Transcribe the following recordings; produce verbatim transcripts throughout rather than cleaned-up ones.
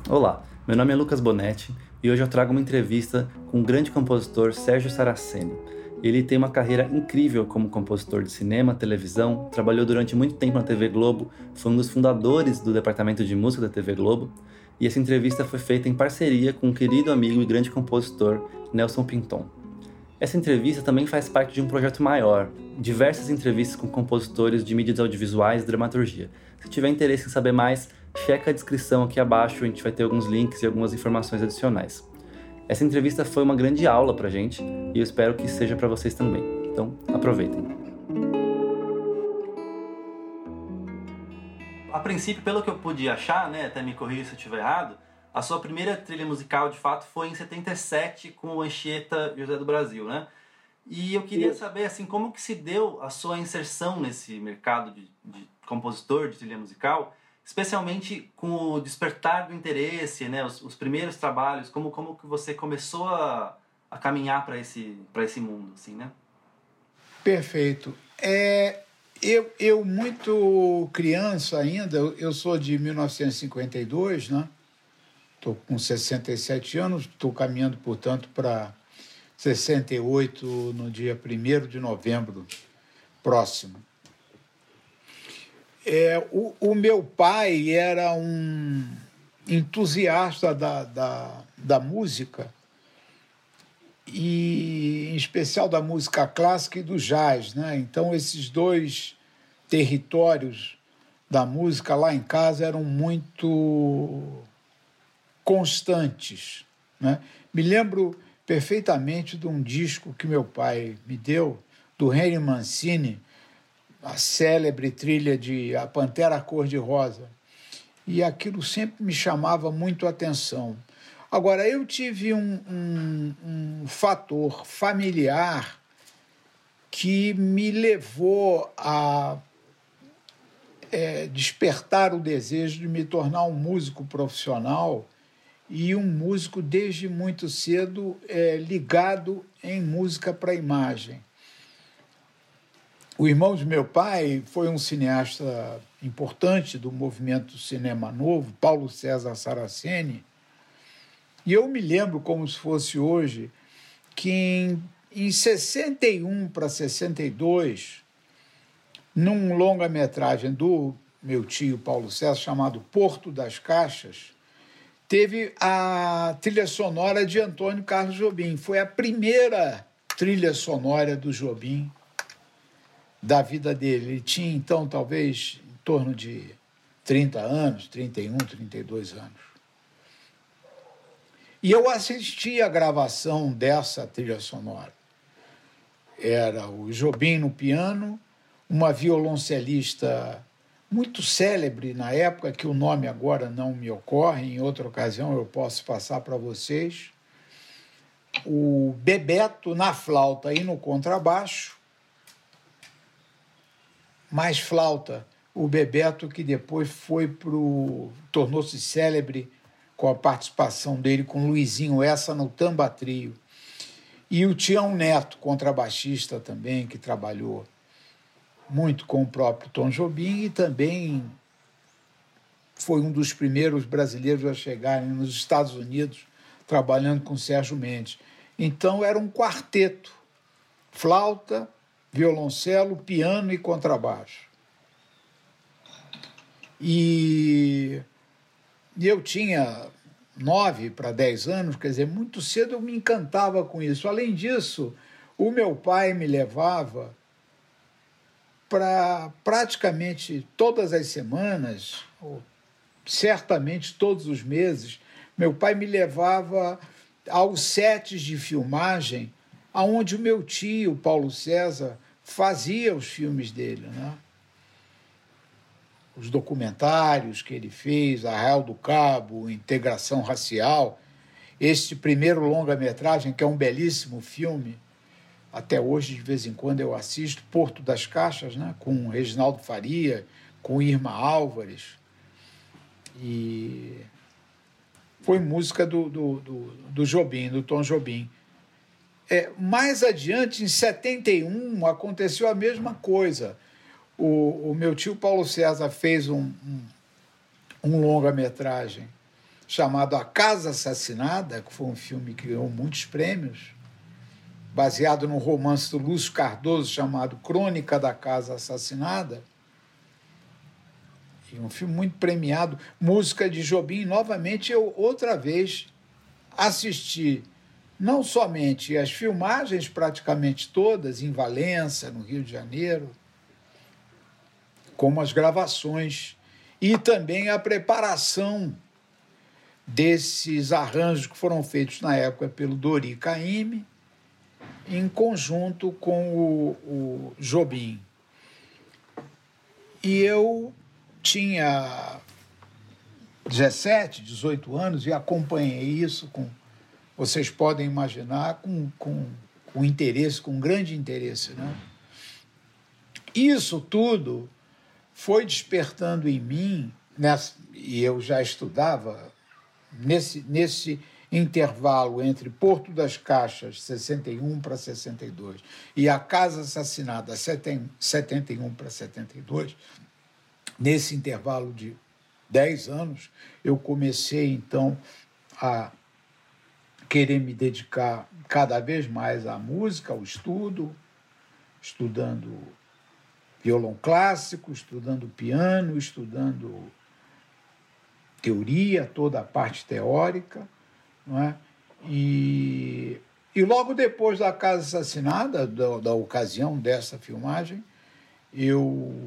Olá, meu nome é Lucas Bonetti e hoje eu trago uma entrevista com o grande compositor Sérgio Saraceni. Ele tem uma carreira incrível como compositor de cinema, televisão, trabalhou durante muito tempo na T V Globo, foi um dos fundadores do departamento de música da T V Globo, e essa entrevista foi feita em parceria com o querido amigo e grande compositor Nelson Pinton. Essa entrevista também faz parte de um projeto maior, diversas entrevistas com compositores de mídias audiovisuais e dramaturgia. Se tiver interesse em saber mais, checa a descrição aqui abaixo, a gente vai ter alguns links e algumas informações adicionais. Essa entrevista foi uma grande aula pra gente e eu espero que seja para vocês também. Então, aproveitem. A princípio, pelo que eu pude achar, né, até me corrija se eu estiver errado, a sua primeira trilha musical, de fato, foi em setenta e sete com o Anchieta José do Brasil, né? E eu queria saber, assim, como que se deu a sua inserção nesse mercado de, de compositor de trilha musical, especialmente com o despertar do interesse, né? Os, os primeiros trabalhos, como, como que você começou a, a caminhar para esse, para esse mundo, assim, né? Perfeito. É, eu, eu, muito criança ainda, eu sou de mil novecentos e cinquenta e dois, né? Estou com sessenta e sete anos, estou caminhando, portanto, para sessenta e oito no dia primeiro de novembro próximo. É, o, o meu pai era um entusiasta da, da, da música, e em especial da música clássica e do jazz, né? Então, esses dois territórios da música lá em casa eram muito constantes, né? Me lembro perfeitamente de um disco que meu pai me deu, do Henry Mancini, a célebre trilha de A Pantera Cor-de-Rosa, e aquilo sempre me chamava muito a atenção. Agora, eu tive um, um, um fator familiar que me levou a é, despertar o desejo de me tornar um músico profissional e um músico desde muito cedo é, ligado em música para a imagem. O irmão de meu pai foi um cineasta importante do movimento Cinema Novo, Paulo César Saraceni, e eu me lembro como se fosse hoje que em, em sessenta e um para sessenta e dois, num longa-metragem do meu tio Paulo César, chamado Porto das Caixas, teve a trilha sonora de Antônio Carlos Jobim. Foi a primeira trilha sonora do Jobim da vida dele. Ele tinha, então, talvez em torno de trinta anos, trinta e um, trinta e dois anos. E eu assisti a gravação dessa trilha sonora. Era o Jobim no piano, uma violoncelista muito célebre na época, que o nome agora não me ocorre, em outra ocasião eu posso passar para vocês, o Bebeto na flauta e no contrabaixo, mais flauta, o Bebeto, que depois foi pro, tornou-se célebre com a participação dele com Luizinho Essa no Tamba Trio. E o Tião Neto, contrabaixista também, que trabalhou muito com o próprio Tom Jobim e também foi um dos primeiros brasileiros a chegarem nos Estados Unidos trabalhando com Sérgio Mendes. Então era um quarteto, flauta, violoncelo, piano e contrabaixo. E eu tinha nove para dez anos, quer dizer, muito cedo eu me encantava com isso. Além disso, o meu pai me levava para praticamente todas as semanas, ou certamente todos os meses, meu pai me levava aos sets de filmagem onde o meu tio, Paulo César, fazia os filmes dele, né? Os documentários que ele fez, Arraial do Cabo, Integração Racial, este primeiro longa-metragem, que é um belíssimo filme, até hoje, de vez em quando, eu assisto, Porto das Caixas, né? Com Reginaldo Faria, com Irma Álvares. E foi música do, do, do, do Jobim, do Tom Jobim. É, mais adiante, em setenta e um, aconteceu a mesma coisa. O, o meu tio Paulo César fez um, um, um longa-metragem chamado A Casa Assassinada, que foi um filme que ganhou muitos prêmios, baseado num romance do Lúcio Cardoso chamado Crônica da Casa Assassinada. E um filme muito premiado. Música de Jobim. Novamente, eu outra vez assisti não somente as filmagens, praticamente todas, em Valença, no Rio de Janeiro, como as gravações e também a preparação desses arranjos que foram feitos na época pelo Dori Caymmi, em conjunto com o, o Jobim. E eu tinha dezessete, dezoito anos e acompanhei isso, com, vocês podem imaginar, com, com, com interesse, com grande interesse, né? Isso tudo foi despertando em mim, nessa, e eu já estudava, nesse, nesse intervalo entre Porto das Caixas, sessenta e um para sessenta e dois, e A Casa Assassinada, setenta e um para setenta e dois, nesse intervalo de dez anos, eu comecei, então, a querer me dedicar cada vez mais à música, ao estudo, estudando violão clássico, estudando piano, estudando teoria, toda a parte teórica, não é? E, e logo depois da Casa Assassinada, da, da ocasião dessa filmagem, eu,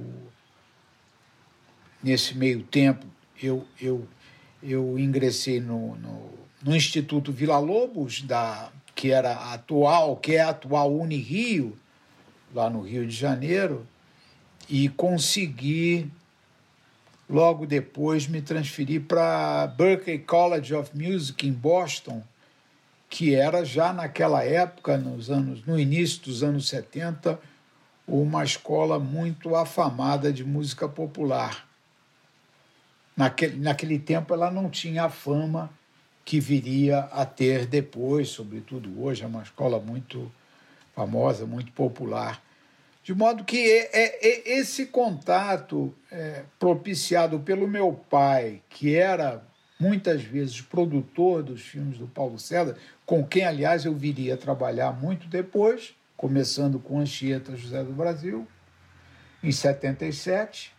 nesse meio tempo, eu, eu, eu ingressei no, no, no Instituto Villa-Lobos, da, que era atual, que é a atual Unirio, lá no Rio de Janeiro, e consegui, logo depois, me transferir para Berklee College of Music, em Boston, que era já naquela época, nos anos, no início dos anos setenta, uma escola muito afamada de música popular. Naquele, naquele tempo ela não tinha a fama que viria a ter depois, sobretudo hoje, é uma escola muito famosa, muito popular. De modo que é, é, esse contato é, propiciado pelo meu pai, que era muitas vezes produtor dos filmes do Paulo César, com quem, aliás, eu viria a trabalhar muito depois, começando com Anchieta José do Brasil, em setenta e sete.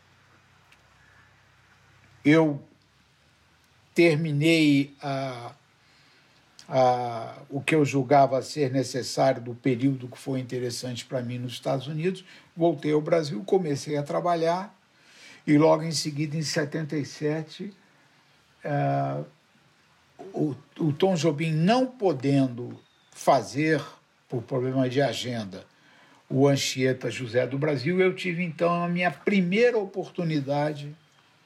Eu terminei a, a, o que eu julgava ser necessário do período que foi interessante para mim nos Estados Unidos, voltei ao Brasil, comecei a trabalhar, e logo em seguida, em setenta e sete, uh, o, o Tom Jobim não podendo fazer, por problema de agenda, o Anchieta José do Brasil, eu tive então a minha primeira oportunidade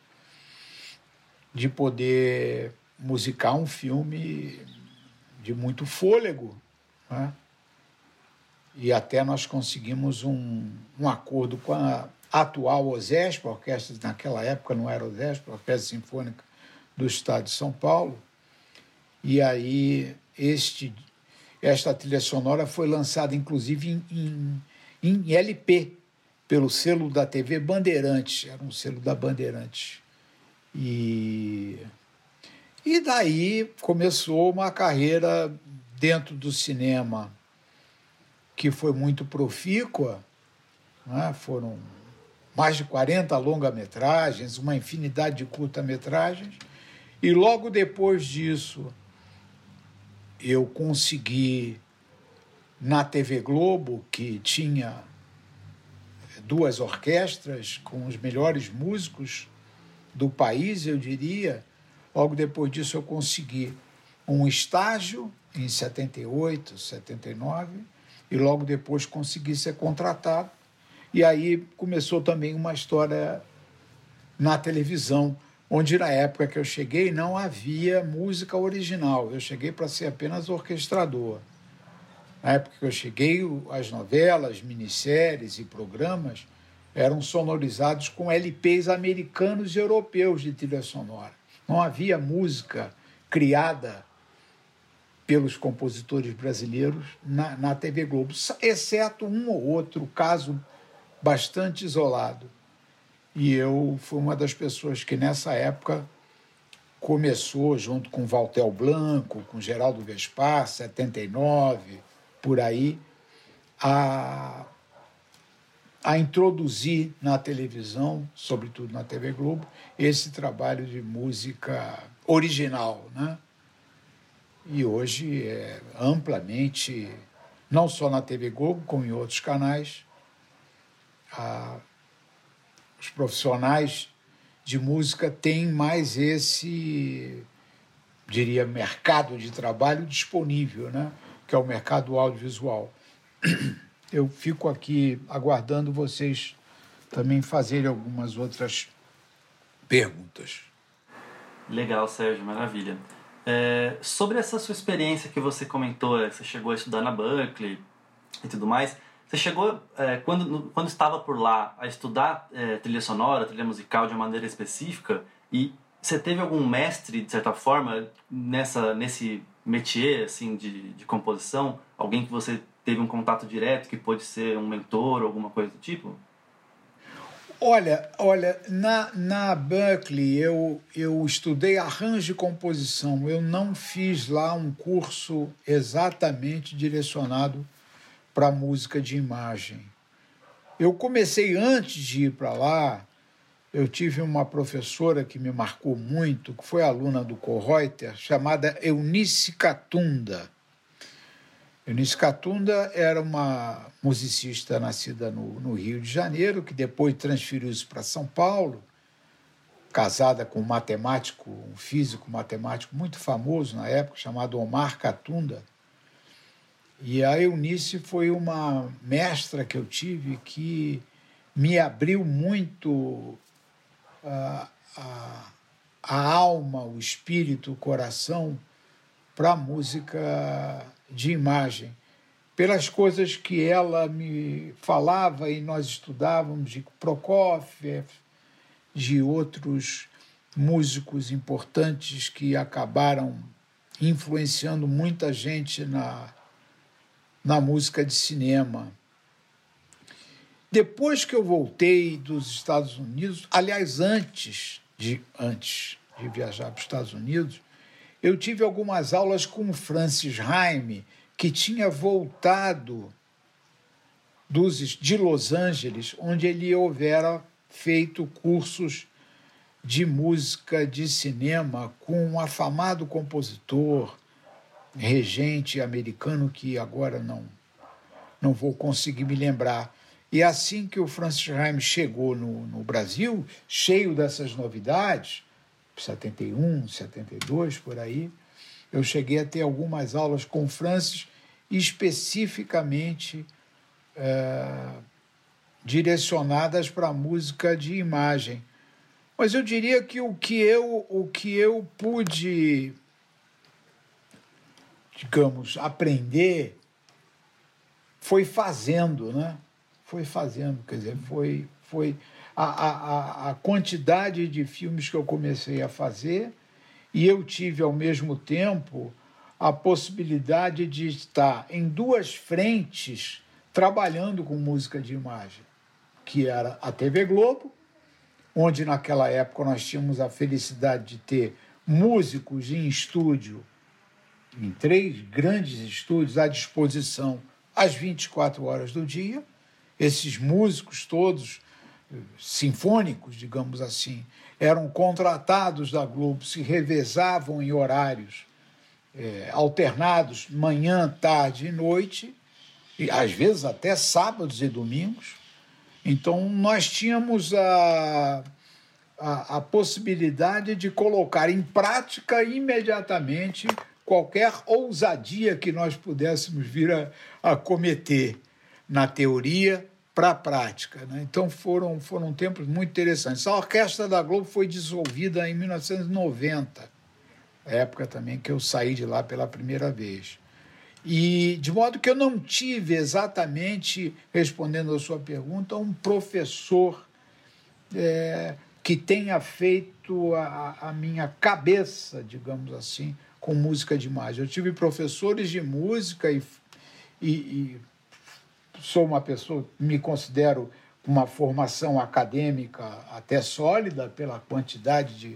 de poder musicar um filme de muito fôlego, né? E até nós conseguimos um, um acordo com a atual OSESP, a orquestra naquela época não era OSESP, a Orquestra Sinfônica do Estado de São Paulo, e aí este, esta trilha sonora foi lançada inclusive em, em, em L P, pelo selo da T V Bandeirantes, era um selo da Bandeirantes. E, e daí começou uma carreira dentro do cinema que foi muito profícua, né? Foram mais de quarenta longa-metragens, uma infinidade de curta-metragens, e logo depois disso eu consegui, na T V Globo, que tinha duas orquestras com os melhores músicos do país, eu diria, logo depois disso eu consegui um estágio em setenta e oito, setenta e nove, e logo depois consegui ser contratado. E aí começou também uma história na televisão, onde na época que eu cheguei não havia música original, eu cheguei para ser apenas orquestrador. Na época que eu cheguei, as novelas, minisséries e programas eram sonorizados com L Ps americanos e europeus de trilha sonora. Não havia música criada pelos compositores brasileiros na, na T V Globo, exceto um ou outro caso bastante isolado. E eu fui uma das pessoas que, nessa época, começou junto com Valtel Blanco, com Geraldo Vespar, setenta e nove, por aí, a, a introduzir na televisão, sobretudo na T V Globo, esse trabalho de música original, né? E hoje é amplamente, não só na T V Globo, como em outros canais, a, os profissionais de música têm mais esse, diria, mercado de trabalho disponível, né? Que é o mercado audiovisual. Eu fico aqui aguardando vocês também fazerem algumas outras perguntas. Legal, Sérgio, maravilha. É, sobre essa sua experiência que você comentou, você chegou a estudar na Berklee e tudo mais, você chegou, é, quando, quando estava por lá, a estudar é, trilha sonora, trilha musical de uma maneira específica, e você teve algum mestre, de certa forma, nessa, nesse métier assim, de, de composição? Alguém que você teve um contato direto, que pôde ser um mentor ou alguma coisa do tipo? Olha, olha, na, na Berklee eu, eu estudei arranjo e composição. Eu não fiz lá um curso exatamente direcionado para música de imagem. Eu comecei antes de ir para lá, eu tive uma professora que me marcou muito, que foi aluna do Kohreuter, chamada Eunice Catunda. Eunice Catunda era uma musicista nascida no, no Rio de Janeiro, que depois transferiu-se para São Paulo, casada com um matemático, um físico matemático muito famoso na época, chamado Omar Catunda. E a Eunice foi uma mestra que eu tive que me abriu muito a, a, a alma, o espírito, o coração para a música de imagem, pelas coisas que ela me falava e nós estudávamos de Prokofiev, de outros músicos importantes que acabaram influenciando muita gente na, na música de cinema. Depois que eu voltei dos Estados Unidos, aliás, antes de, antes de viajar para os Estados Unidos, eu tive algumas aulas com o Francis Haime, que tinha voltado dos, de Los Angeles, onde ele houvera feito cursos de música de cinema com um afamado compositor, regente americano, que agora não, não vou conseguir me lembrar. E assim que o Francis Haime chegou no, no Brasil, cheio dessas novidades, setenta e um, setenta e dois, por aí, eu cheguei a ter algumas aulas com o Francis, especificamente é, direcionadas para a música de imagem. Mas eu diria que o que eu, o que eu pude, digamos, aprender foi fazendo, né? Foi fazendo, quer dizer, foi... foi A, a, a quantidade de filmes que eu comecei a fazer, e eu tive, ao mesmo tempo, a possibilidade de estar em duas frentes trabalhando com música de imagem, que era a T V Globo, onde naquela época nós tínhamos a felicidade de ter músicos em estúdio, em três grandes estúdios à disposição às vinte e quatro horas do dia. Esses músicos todos sinfônicos, digamos assim, eram contratados da Globo, se revezavam em horários é, alternados, manhã, tarde e noite, e às vezes até sábados e domingos. Então, nós tínhamos a, a, a possibilidade de colocar em prática imediatamente qualquer ousadia que nós pudéssemos vir a, a cometer na teoria para a prática, né? Então foram, foram tempos muito interessantes. A Orquestra da Globo foi dissolvida em mil novecentos e noventa, época também que eu saí de lá pela primeira vez. E de modo que eu não tive exatamente, respondendo a sua pergunta, um professor é, que tenha feito a, a minha cabeça, digamos assim, com música de imagem. Eu tive professores de música e, e, e sou uma pessoa, me considero uma formação acadêmica até sólida pela quantidade de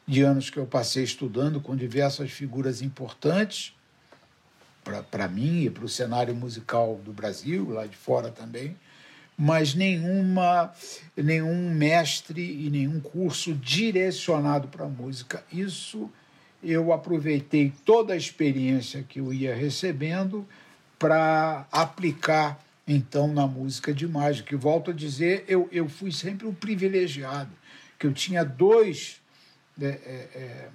de anos que eu passei estudando com diversas figuras importantes para mim e para o cenário musical do Brasil, lá de fora também, mas nenhuma, nenhum mestre e nenhum curso direcionado para a música. Isso eu aproveitei toda a experiência que eu ia recebendo para aplicar, então, na música de mágica. E volto a dizer, eu, eu fui sempre um privilegiado, que eu tinha dois é, é,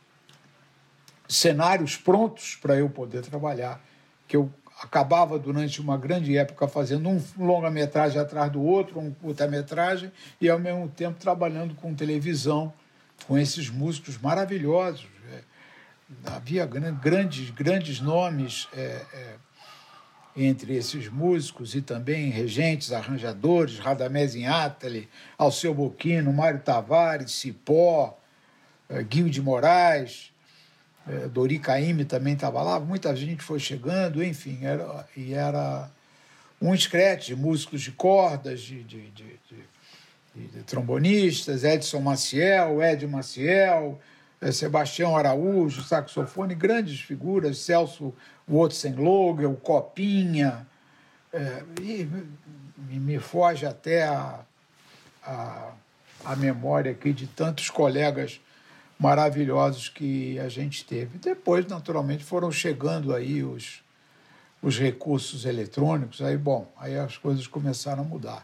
cenários prontos para eu poder trabalhar, que eu acabava durante uma grande época fazendo um longa-metragem atrás do outro, um curta-metragem, e ao mesmo tempo trabalhando com televisão, com esses músicos maravilhosos. Havia grandes, grandes nomes é, é, entre esses músicos e também regentes, arranjadores, Radamés Inátali, Alceu Bocchino, Mário Tavares, Cipó, é, Guio de Moraes, é, Dori Caymmi também estava lá, muita gente foi chegando, enfim, era, e era um escrete de músicos de cordas, de, de, de, de, de trombonistas, Edson Maciel, Ed Maciel, Sebastião Araújo, saxofone, grandes figuras, Celso Wotzenlogel, Copinha, é, e me foge até a, a, a memória aqui de tantos colegas maravilhosos que a gente teve. Depois, naturalmente, foram chegando aí os, os recursos eletrônicos, aí, bom, aí as coisas começaram a mudar.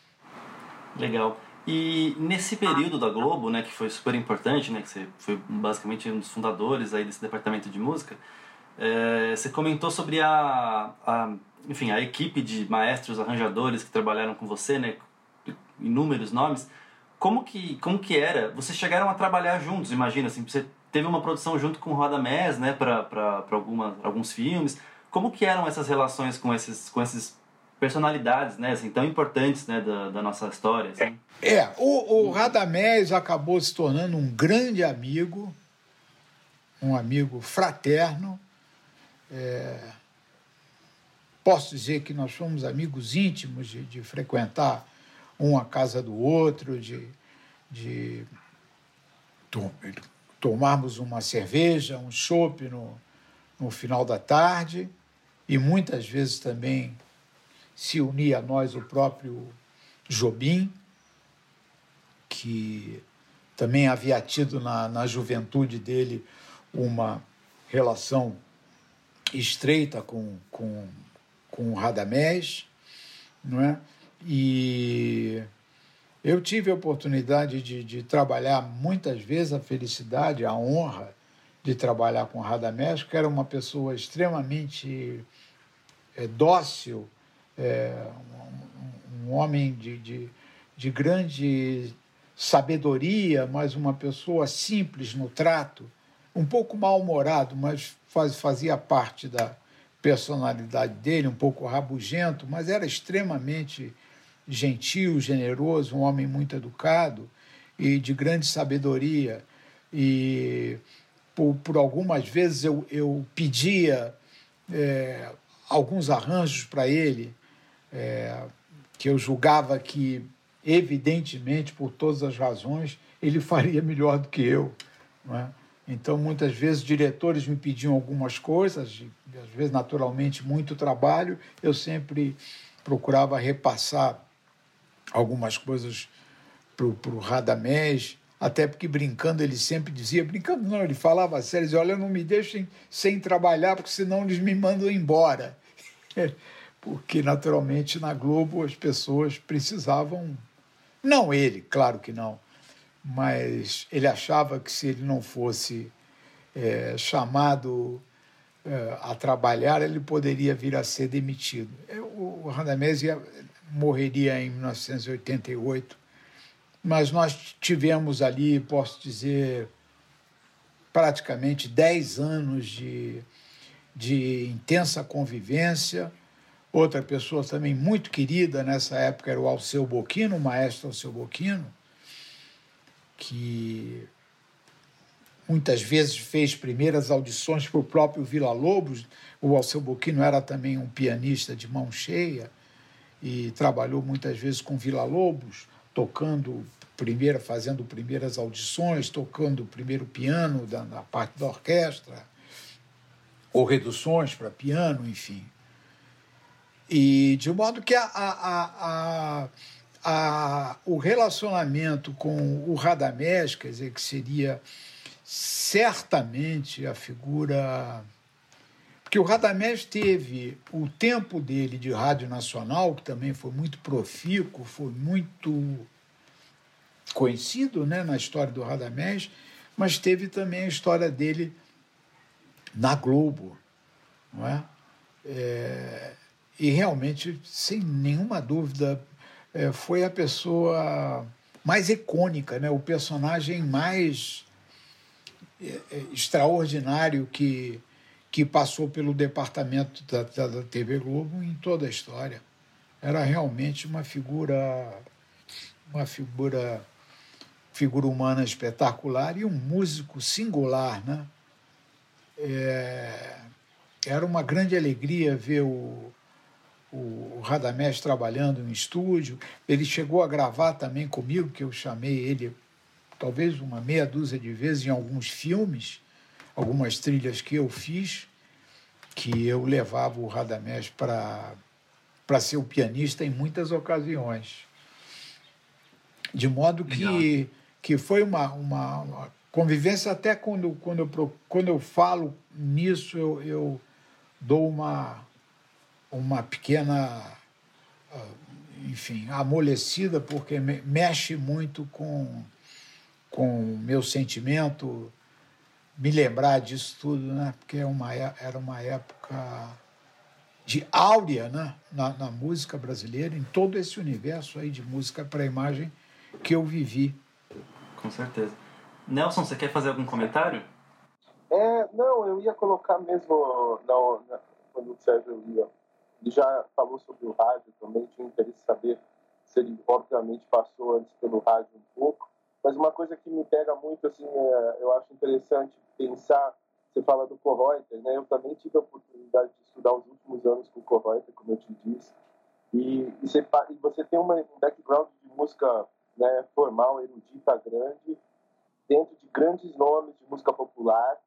Legal. E nesse período da Globo, né, que foi super importante, né, que você foi basicamente um dos fundadores aí desse departamento de música, é, você comentou sobre a, a, enfim, a equipe de maestros, arranjadores que trabalharam com você, né, inúmeros nomes. Como que, como que era? Vocês chegaram a trabalhar juntos, imagina, assim, você teve uma produção junto com o Radamés, né, para alguns filmes. Como que eram essas relações com esses, com esses personalidades, né, assim, tão importantes, né, da, da nossa história, assim? É, o, o Radamés acabou se tornando um grande amigo, um amigo fraterno. É, posso dizer que nós fomos amigos íntimos de, de frequentar um a casa do outro, de, de to, tomarmos uma cerveja, um chopp no, no final da tarde, e muitas vezes também se unia a nós o próprio Jobim, que também havia tido na, na juventude dele uma relação estreita com, com, com o Radamés, não é? E eu tive a oportunidade de, de trabalhar muitas vezes, a felicidade, a honra de trabalhar com o Radamés, que era uma pessoa extremamente é, dócil, é, um, um homem de, de, de grande sabedoria, mas uma pessoa simples no trato, um pouco mal-humorado, mas faz, fazia parte da personalidade dele, um pouco rabugento, mas era extremamente gentil, generoso, um homem muito educado e de grande sabedoria. E por, por algumas vezes eu, eu pedia é, alguns arranjos para ele, é, que eu julgava que, evidentemente, por todas as razões, ele faria melhor do que eu, não é? Então, muitas vezes, diretores me pediam algumas coisas, e, às vezes, naturalmente, muito trabalho. Eu sempre procurava repassar algumas coisas para o Radamés, até porque, brincando, ele sempre dizia, brincando não, ele falava sério, dizia, olha, não me deixem sem trabalhar, porque senão eles me mandam embora. Porque, naturalmente, na Globo as pessoas precisavam, não ele, claro que não, mas ele achava que se ele não fosse é, chamado é, a trabalhar, ele poderia vir a ser demitido. O Radamés ia, morreria em mil novecentos e oitenta e oito, mas nós tivemos ali, posso dizer, praticamente dez anos de, de intensa convivência. Outra pessoa também muito querida nessa época era o Alceu Bocchino, o maestro Alceu Bocchino, que muitas vezes fez primeiras audições para o próprio Villa-Lobos. O Alceu Bocchino era também um pianista de mão cheia e trabalhou muitas vezes com Villa-Lobos, tocando primeira, fazendo primeiras audições, tocando o primeiro piano da, da parte da orquestra, ou reduções para piano, enfim. E de modo que a, a, a, a, a, o relacionamento com o Radamés, quer dizer, que seria certamente a figura... Porque o Radamés teve o tempo dele de Rádio Nacional, que também foi muito profícuo, foi muito conhecido, né, na história do Radamés, mas teve também a história dele na Globo, não é? É, e realmente, sem nenhuma dúvida, é, foi a pessoa mais icônica, né? O personagem mais é, é, extraordinário que, que passou pelo departamento da, da, da T V Globo em toda a história. Era realmente uma figura, uma figura, figura humana espetacular e um músico singular, né? É, era uma grande alegria ver o, o Radamés trabalhando em estúdio. Ele chegou a gravar também comigo, que eu chamei ele talvez uma meia dúzia de vezes em alguns filmes, algumas trilhas que eu fiz, que eu levava o Radamés para para ser o pianista em muitas ocasiões. De modo que, que foi uma, uma, uma convivência, até quando, quando, eu, quando eu falo nisso, eu, eu dou uma, uma pequena, enfim, amolecida, porque mexe muito com, com o meu sentimento, me lembrar disso tudo, né? Porque é uma, era uma época de áurea, né? na, na música brasileira, em todo esse universo aí de música para a imagem que eu vivi. Com certeza. Nelson, você quer fazer algum comentário? É, não, eu ia colocar mesmo, não, quando o Sérgio ia, ele já falou sobre o rádio também, tinha interesse em saber se ele, obviamente, passou antes pelo rádio um pouco, mas uma coisa que me pega muito, assim, é, eu acho interessante pensar, você fala do Kohreuter, né? Eu também tive a oportunidade de estudar os últimos anos com o Kohreuter, como eu te disse, e, e, você, e você tem uma, um background de música, né, formal, erudita, grande, dentro de grandes nomes de música popular,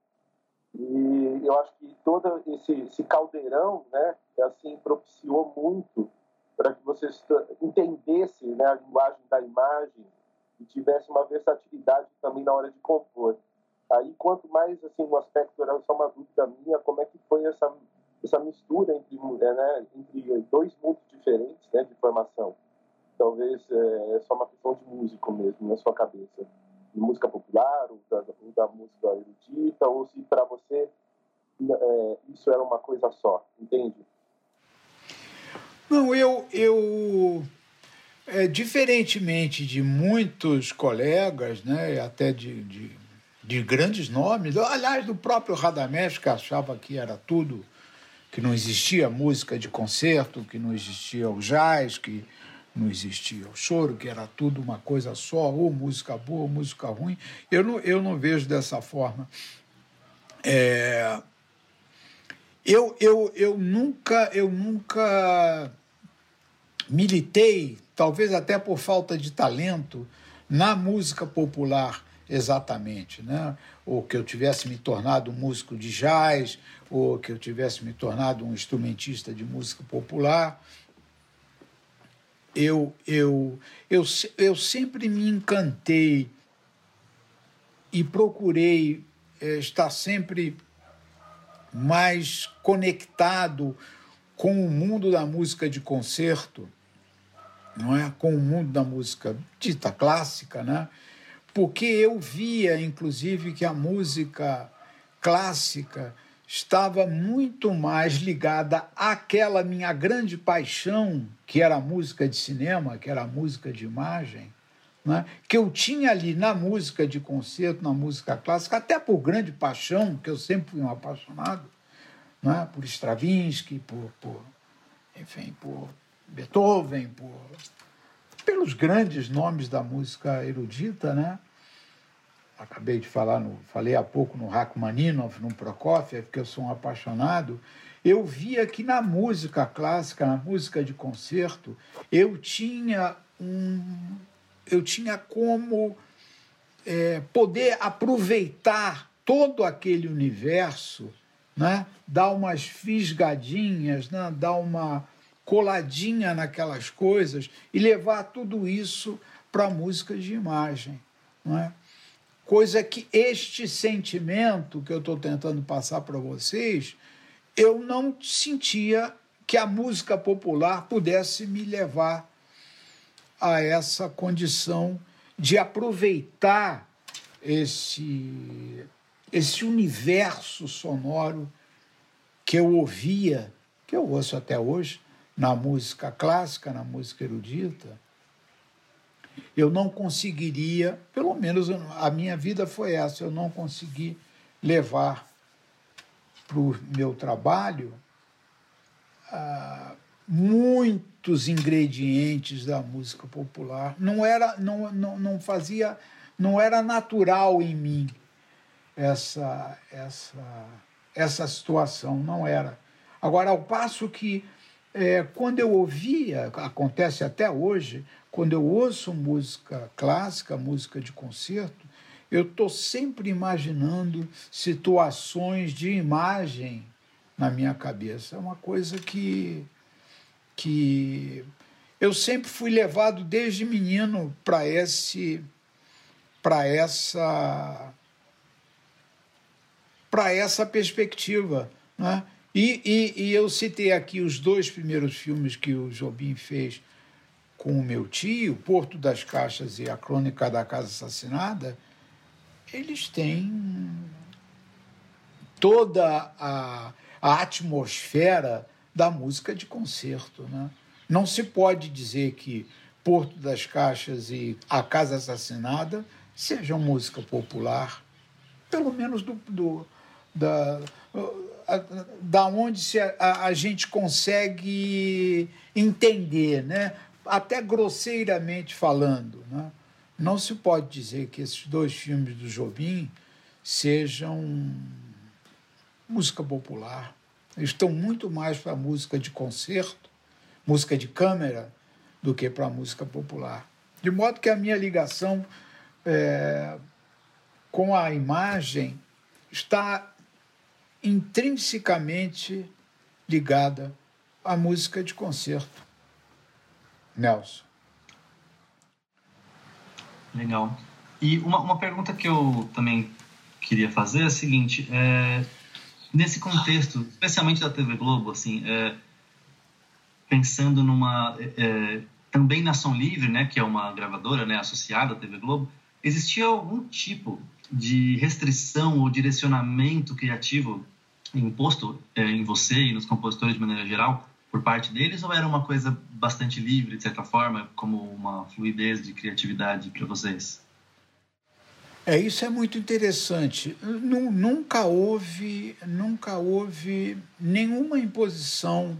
e eu acho que todo esse, esse caldeirão, né, assim, propiciou muito para que você entendesse, né, a linguagem da imagem e tivesse uma versatilidade também na hora de compor. Aí, quanto mais, assim, um aspecto, era só uma dúvida minha, como é que foi essa, essa mistura entre, né, entre dois mundos diferentes, né, de formação. Talvez é só uma questão de músico mesmo, na sua cabeça. De música popular, ou da, ou da música erudita, ou se para você é, isso era uma coisa só, entende? Não, eu... eu... É, diferentemente de muitos colegas, né, até de, de, de grandes nomes, aliás, do próprio Radamés, que achava que era tudo, que não existia música de concerto, que não existia o jazz, que não existia o choro, que era tudo uma coisa só, ou música boa ou música ruim. Eu não, eu não vejo dessa forma. É, eu, eu, eu nunca... Eu nunca militei, talvez até por falta de talento, na música popular exatamente, né? Ou que eu tivesse me tornado um músico de jazz, ou que eu tivesse me tornado um instrumentista de música popular. Eu, eu, eu, eu sempre me encantei e procurei é, estar sempre mais conectado com o mundo da música de concerto, não é? Com o mundo da música dita clássica, né? Porque eu via, inclusive, que a música clássica estava muito mais ligada àquela minha grande paixão, que era a música de cinema, que era a música de imagem, né? Que eu tinha ali na música de concerto, na música clássica, até por grande paixão, que eu sempre fui um apaixonado, né? Por Stravinsky, por, por, enfim, por Beethoven, por, pelos grandes nomes da música erudita, né? Acabei de falar, no, falei há pouco no Rachmaninoff, no Prokofiev, que eu sou um apaixonado. Eu via que na música clássica, na música de concerto, eu tinha um, eu tinha como é, poder aproveitar todo aquele universo, né? Dar umas fisgadinhas, né? Dar uma coladinha naquelas coisas e levar tudo isso para a música de imagem, não é? Coisa que este sentimento que eu estou tentando passar para vocês, eu não sentia que a música popular pudesse me levar a essa condição de aproveitar esse, esse universo sonoro que eu ouvia, que eu ouço até hoje, na música clássica, na música erudita. Eu não conseguiria, pelo menos a minha vida foi essa, eu não consegui levar para o meu trabalho ah, muitos ingredientes da música popular. Não era, não, não, não fazia, não era natural em mim essa, essa, essa situação, não era. Agora, ao passo que, é, quando eu ouvia, acontece até hoje, quando eu ouço música clássica, música de concerto, eu estou sempre imaginando situações de imagem na minha cabeça. É uma coisa que, que eu sempre fui levado desde menino para esse, para essa, para essa perspectiva, né? E, e, e eu citei aqui os dois primeiros filmes que o Jobim fez com o meu tio, Porto das Caixas e A Crônica da Casa Assassinada. Eles têm toda a, a atmosfera da música de concerto, né? Não se pode dizer que Porto das Caixas e A Casa Assassinada sejam música popular, pelo menos do, do, da, da onde se a, a gente consegue entender, né? Até grosseiramente falando, né? Não se pode dizer que esses dois filmes do Jobim sejam música popular. Eles estão muito mais para a música de concerto, música de câmara, do que para a música popular. De modo que a minha ligação é, com a imagem está intrinsecamente ligada à música de concerto. Nelson. Legal. E uma, uma pergunta que eu também queria fazer é a seguinte: é, nesse contexto, especialmente da T V Globo, assim, é, pensando numa é, também na Som Livre, né, que é uma gravadora, né, associada à T V Globo, existia algum tipo de restrição ou direcionamento criativo imposto é, em você e nos compositores de maneira geral por parte deles, ou era uma coisa bastante livre, de certa forma, como uma fluidez de criatividade para vocês? É, isso é muito interessante. Nunca houve, nunca houve nenhuma imposição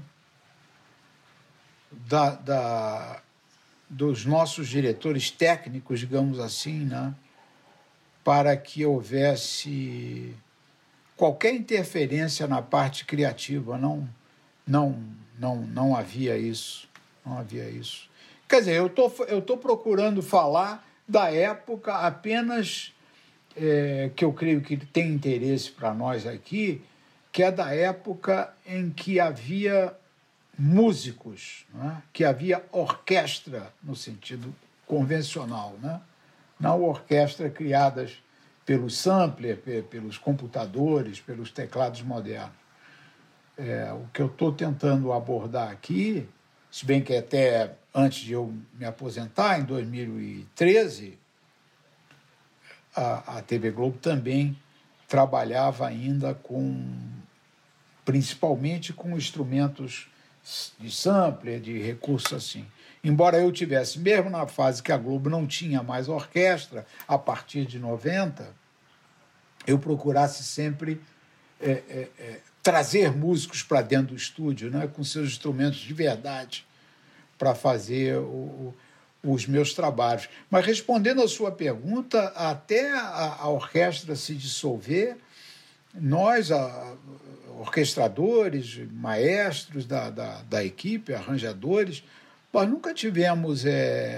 da, da, dos nossos diretores técnicos, digamos assim, né, para que houvesse qualquer interferência na parte criativa. Não, não, não, não havia isso. Não havia isso. Quer dizer, eu tô, eu tô procurando falar da época apenas é, que eu creio que tem interesse para nós aqui, que é da época em que havia músicos, né? Que havia orquestra no sentido convencional, né? Não orquestra criadas pelos samplers, pelos computadores, pelos teclados modernos. É, o que eu estou tentando abordar aqui, se bem que até antes de eu me aposentar, em dois mil e treze, a, a T V Globo também trabalhava ainda com, principalmente com instrumentos de sampler, de recursos assim. Embora eu tivesse, mesmo na fase que a Globo não tinha mais orquestra, a partir de noventa, eu procurasse sempre é, é, é, trazer músicos para dentro do estúdio, né, com seus instrumentos de verdade, para fazer o, os meus trabalhos. Mas, respondendo à sua pergunta, até a, a orquestra se dissolver, nós, a, orquestradores, maestros da, da, da equipe, arranjadores, nós nunca tivemos é,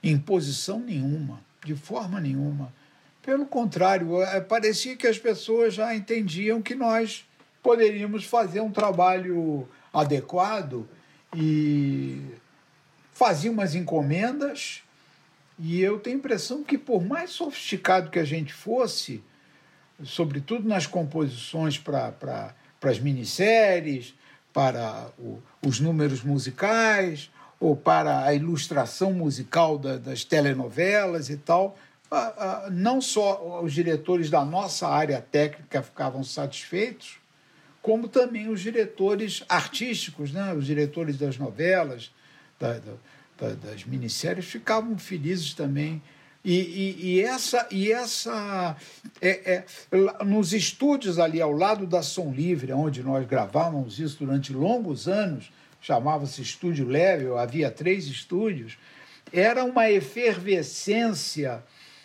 imposição nenhuma, de forma nenhuma. Pelo contrário, parecia que as pessoas já entendiam que nós poderíamos fazer um trabalho adequado e faziam umas encomendas, e eu tenho a impressão que, por mais sofisticado que a gente fosse, sobretudo nas composições para para as minisséries, para o, os números musicais, ou para a ilustração musical da, das telenovelas e tal, a, a, não só os diretores da nossa área técnica ficavam satisfeitos, como também os diretores artísticos, né? Os diretores das novelas, da, da, das minisséries, ficavam felizes também. E, e, e essa... E essa é, é, nos estúdios ali ao lado da Som Livre, onde nós gravávamos isso durante longos anos, chamava-se Estúdio Level, havia três estúdios, era uma efervescência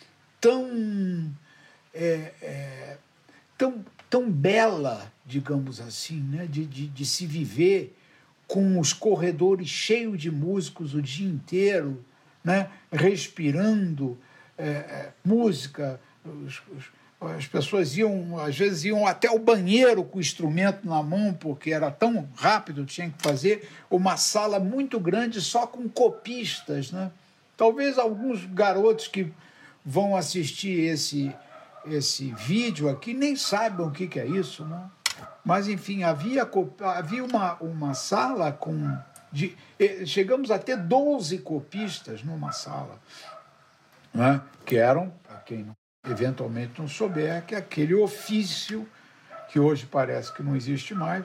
tão... É, é, tão tão bela, digamos assim, né? de, de, de se viver com os corredores cheios de músicos o dia inteiro, né? Respirando é, música. Os, os, as pessoas iam, às vezes, iam até o banheiro com o instrumento na mão, porque era tão rápido, tinha que fazer uma sala muito grande só com copistas, né? Talvez alguns garotos que vão assistir esse... esse vídeo aqui nem saibam o que, que é isso, né? Mas, enfim, havia, havia uma, uma sala com... De, chegamos a ter doze copistas numa sala, né? Que eram, para quem não, eventualmente não souber, que é aquele ofício que hoje parece que não existe mais,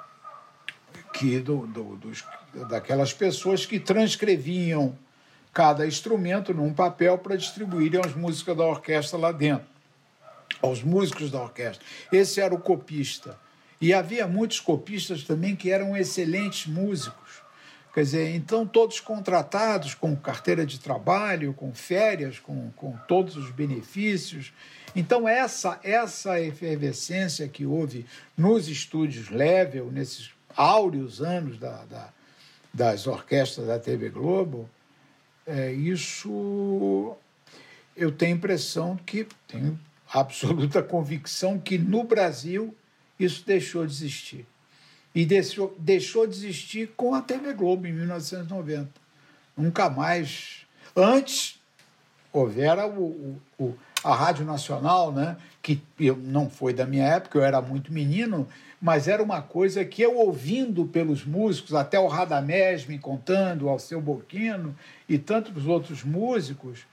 que do, do, dos, daquelas pessoas que transcreviam cada instrumento num papel para distribuírem as músicas da orquestra lá dentro, aos músicos da orquestra. Esse era o copista. E havia muitos copistas também que eram excelentes músicos. Quer dizer, então todos contratados com carteira de trabalho, com férias, com, com todos os benefícios. Então essa, essa efervescência que houve nos estúdios Level, nesses áureos anos da, da, das orquestras da T V Globo, é, isso eu tenho a impressão que... tenho absoluta convicção que no Brasil isso deixou de existir. E deixou, deixou de existir com a T V Globo em mil novecentos e noventa. Nunca mais. Antes, houvera o, o, a Rádio Nacional, né? Que eu, não foi da minha época, eu era muito menino, mas era uma coisa que eu, ouvindo pelos músicos, até o Radamés me contando, o Alceu Boquino e tantos outros músicos,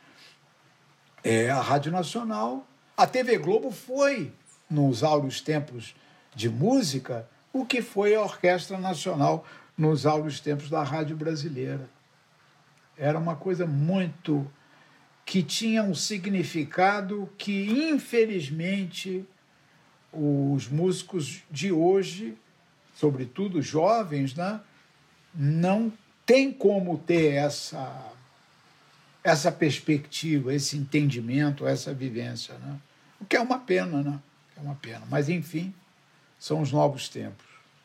é, a Rádio Nacional... A T V Globo foi, nos áureos tempos de música, o que foi a Orquestra Nacional nos áureos tempos da Rádio Brasileira. Era uma coisa muito... que tinha um significado que, infelizmente, os músicos de hoje, sobretudo os jovens, né, não têm como ter essa... essa perspectiva, esse entendimento, essa vivência, né? O que é uma pena, né? É uma pena. Mas, enfim, são os novos tempos.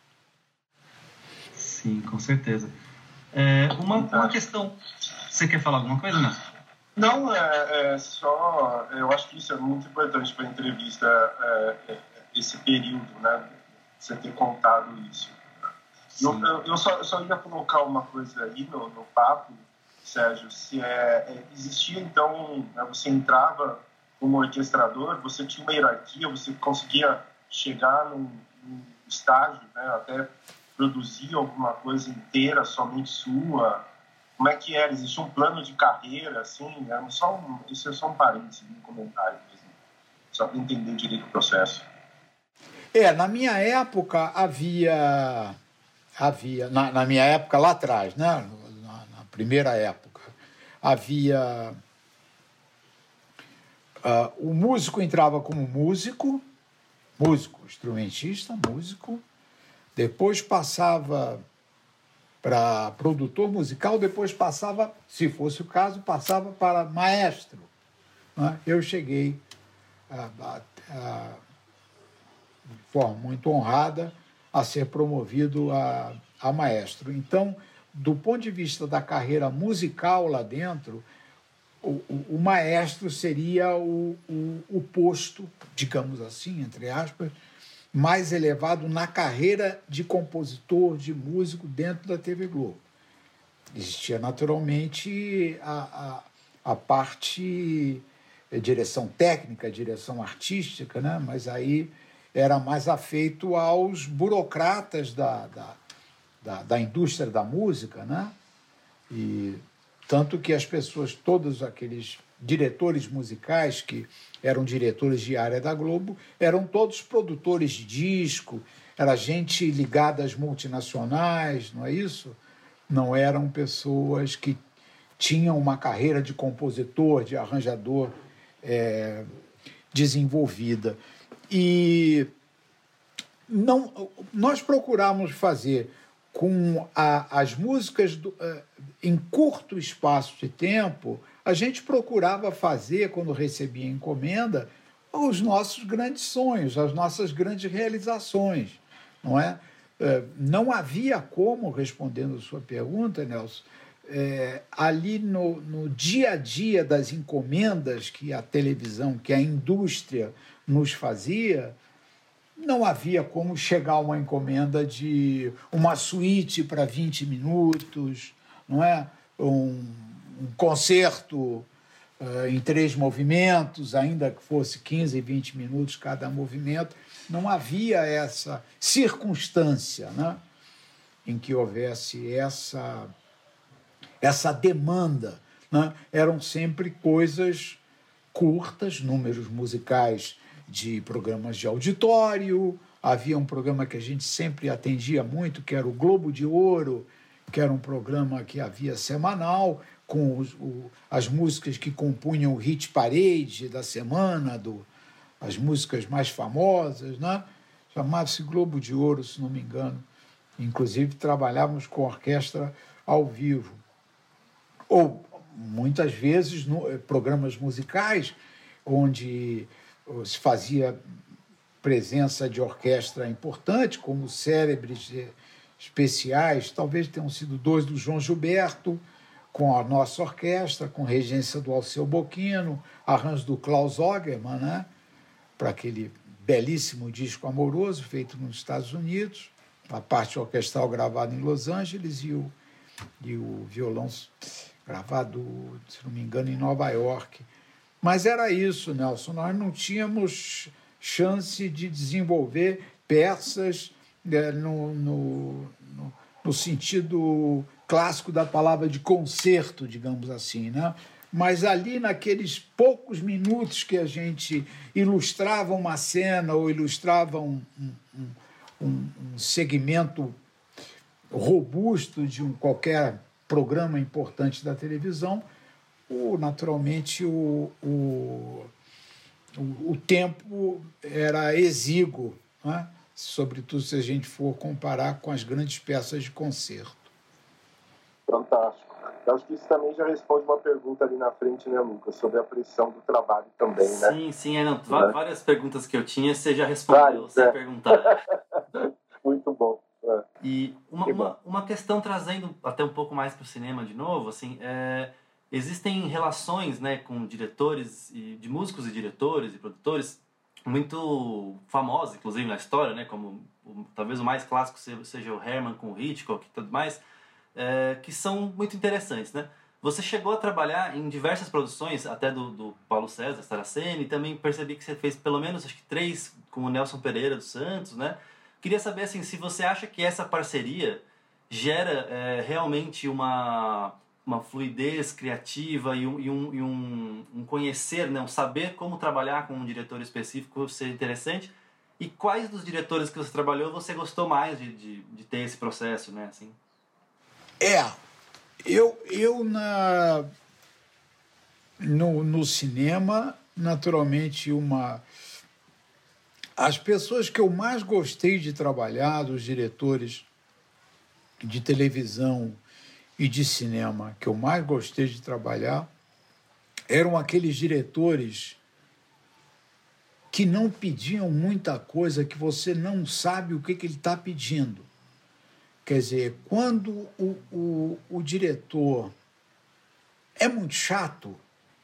Sim, com certeza. É, uma, uma questão... Você quer falar alguma coisa, Nelson? Não, é, é só... Eu acho que isso é muito importante para a entrevista, é, esse período, né? Você ter contado isso. Eu, eu, eu, só, eu só ia colocar uma coisa aí no, no papo, Sérgio, se é, é, existia, então, né, você entrava como orquestrador, você tinha uma hierarquia, você conseguia chegar num, num estágio, né, até produzir alguma coisa inteira, somente sua. Como é que era? Existia um plano de carreira, assim? Era só um, isso é só um parênteses, um comentário mesmo, só para entender direito o processo. É, na minha época havia... havia na, na minha época lá atrás, né? Primeira época, havia... Uh, o músico entrava como músico, músico, instrumentista, músico, depois passava para produtor musical, depois passava, se fosse o caso, passava para maestro. Né? Eu cheguei, a, a, a, de forma muito honrada, a ser promovido a, a maestro. Então, do ponto de vista da carreira musical lá dentro, o, o, o maestro seria o, o, o posto, digamos assim, entre aspas, mais elevado na carreira de compositor, de músico dentro da T V Globo. Existia naturalmente a, a, a parte a direção técnica, a direção artística, né? Mas aí era mais afeito aos burocratas da, da, da, da indústria da música, né? E tanto que as pessoas, todos aqueles diretores musicais que eram diretores de área da Globo, eram todos produtores de disco, era gente ligada às multinacionais, não é isso? Não eram pessoas que tinham uma carreira de compositor, de arranjador é, desenvolvida. E não, nós procuramos fazer com a, as músicas do, uh, em curto espaço de tempo, a gente procurava fazer, quando recebia encomenda, os nossos grandes sonhos, as nossas grandes realizações, não é? Uh, não havia como, respondendo a sua pergunta, Nelson, é, ali no, no dia a dia das encomendas que a televisão, que a indústria nos fazia, não havia como chegar a uma encomenda de uma suíte para vinte minutos, não é? um, um concerto uh, em três movimentos, ainda que fosse quinze, vinte minutos cada movimento. Não havia essa circunstância, né? Em que houvesse essa, essa demanda, né? Eram sempre coisas curtas, números musicais de programas de auditório. Havia um programa que a gente sempre atendia muito, que era o Globo de Ouro, que era um programa que havia semanal, com os, o, as músicas que compunham o hit parade da semana, do, as músicas mais famosas, né? Chamava-se Globo de Ouro, se não me engano. Inclusive, trabalhávamos com orquestra ao vivo. Ou, muitas vezes, no, programas musicais, onde se fazia presença de orquestra importante, como célebres especiais, talvez tenham sido dois do João Gilberto, com a nossa orquestra, com regência do Alceu Bocchino, arranjo do Klaus Ogerman, né? Para aquele belíssimo disco Amoroso, feito nos Estados Unidos, a parte orquestral gravada em Los Angeles e o, e o violão gravado, se não me engano, em Nova York. Mas era isso, Nelson, nós não tínhamos chance de desenvolver peças né, no, no, no, no sentido clássico da palavra de concerto, digamos assim, né? Mas ali, naqueles poucos minutos que a gente ilustrava uma cena ou ilustrava um, um, um, um segmento robusto de um, qualquer programa importante da televisão, o, naturalmente o, o, o, o tempo era exíguo, né? Sobretudo se a gente for comparar com as grandes peças de concerto. Fantástico. Eu acho que isso também já responde uma pergunta ali na frente, né, Lucas? Sobre a pressão do trabalho também, né? Sim, sim. É, não, várias é. perguntas que eu tinha, você já respondeu Vai, sem é. perguntar. Muito bom. É. E uma, uma, uma questão trazendo até um pouco mais para o cinema de novo, assim, é, existem relações, né, com diretores, e, de músicos e diretores e produtores muito famosas, inclusive na história, né, como o, talvez o mais clássico seja, seja o Herman com o Hitchcock e tudo mais, é, que são muito interessantes, né? Você chegou a trabalhar em diversas produções, até do, do Paulo César Saraceni, e também percebi que você fez pelo menos acho que três com o Nelson Pereira dos Santos, né? Queria saber assim, se você acha que essa parceria gera é, realmente uma, uma fluidez criativa e um, e um, e um, um conhecer, né? Um saber como trabalhar com um diretor específico seja interessante. E quais dos diretores que você trabalhou você gostou mais de, de, de ter esse processo, né? Assim? É, eu, eu na, no, no cinema, naturalmente, uma... As pessoas que eu mais gostei de trabalhar, dos diretores de televisão e de cinema que eu mais gostei de trabalhar, eram aqueles diretores que não pediam muita coisa, que você não sabe o que, que ele está pedindo. Quer dizer, quando o, o, o diretor é muito chato,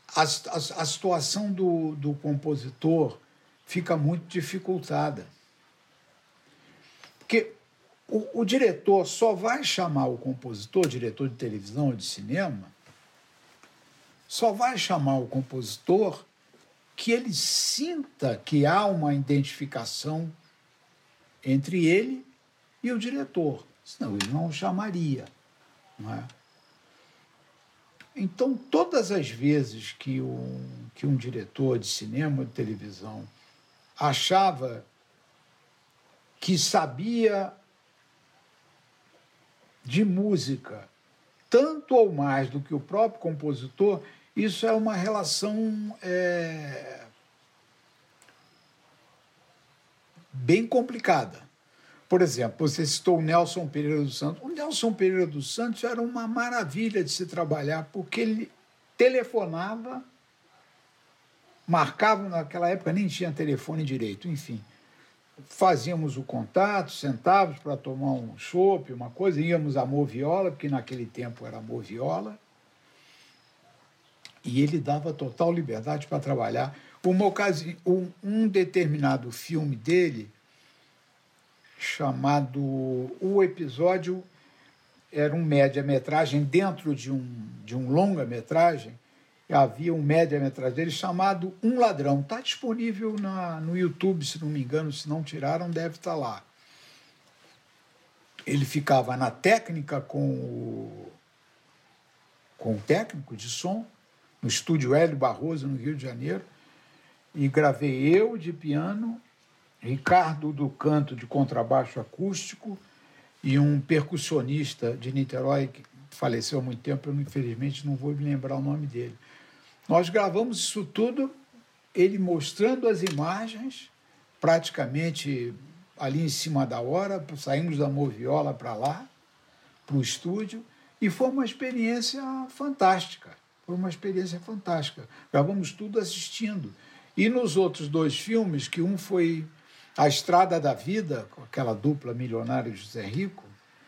a, a, a situação do, do compositor fica muito dificultada. Porque o, o diretor só vai chamar o compositor, diretor de televisão ou de cinema, só vai chamar o compositor que ele sinta que há uma identificação entre ele e o diretor. Senão ele não o chamaria. Não é? Então, todas as vezes que um, que um diretor de cinema ou de televisão achava que sabia de música tanto ou mais do que o próprio compositor, isso é uma relação é, bem complicada. Por exemplo, você citou o Nelson Pereira dos Santos. O Nelson Pereira dos Santos era uma maravilha de se trabalhar, porque ele telefonava, marcava, naquela época nem tinha telefone direito, enfim. Fazíamos o contato, sentávamos para tomar um chopp, uma coisa, íamos a Moviola, porque naquele tempo era Moviola, e ele dava total liberdade para trabalhar. Uma ocasião, um, um determinado filme dele, chamado O Episódio, era um média-metragem dentro de um, de um longa-metragem, havia um média-metragem dele chamado Um Ladrão. Está disponível na, no YouTube, se não me engano, se não tiraram, deve estar lá. Ele ficava na técnica com o, com o técnico de som, no estúdio Hélio Barroso, no Rio de Janeiro, e gravei eu de piano, Ricardo do canto de contrabaixo acústico e um percussionista de Niterói que faleceu há muito tempo, eu infelizmente não vou me lembrar o nome dele. Nós gravamos isso tudo, ele mostrando as imagens, praticamente ali em cima da hora, saímos da Moviola para lá, para o estúdio, e foi uma experiência fantástica, foi uma experiência fantástica. Gravamos tudo assistindo. E nos outros dois filmes, que um foi A Estrada da Vida, com aquela dupla milionária José Rico,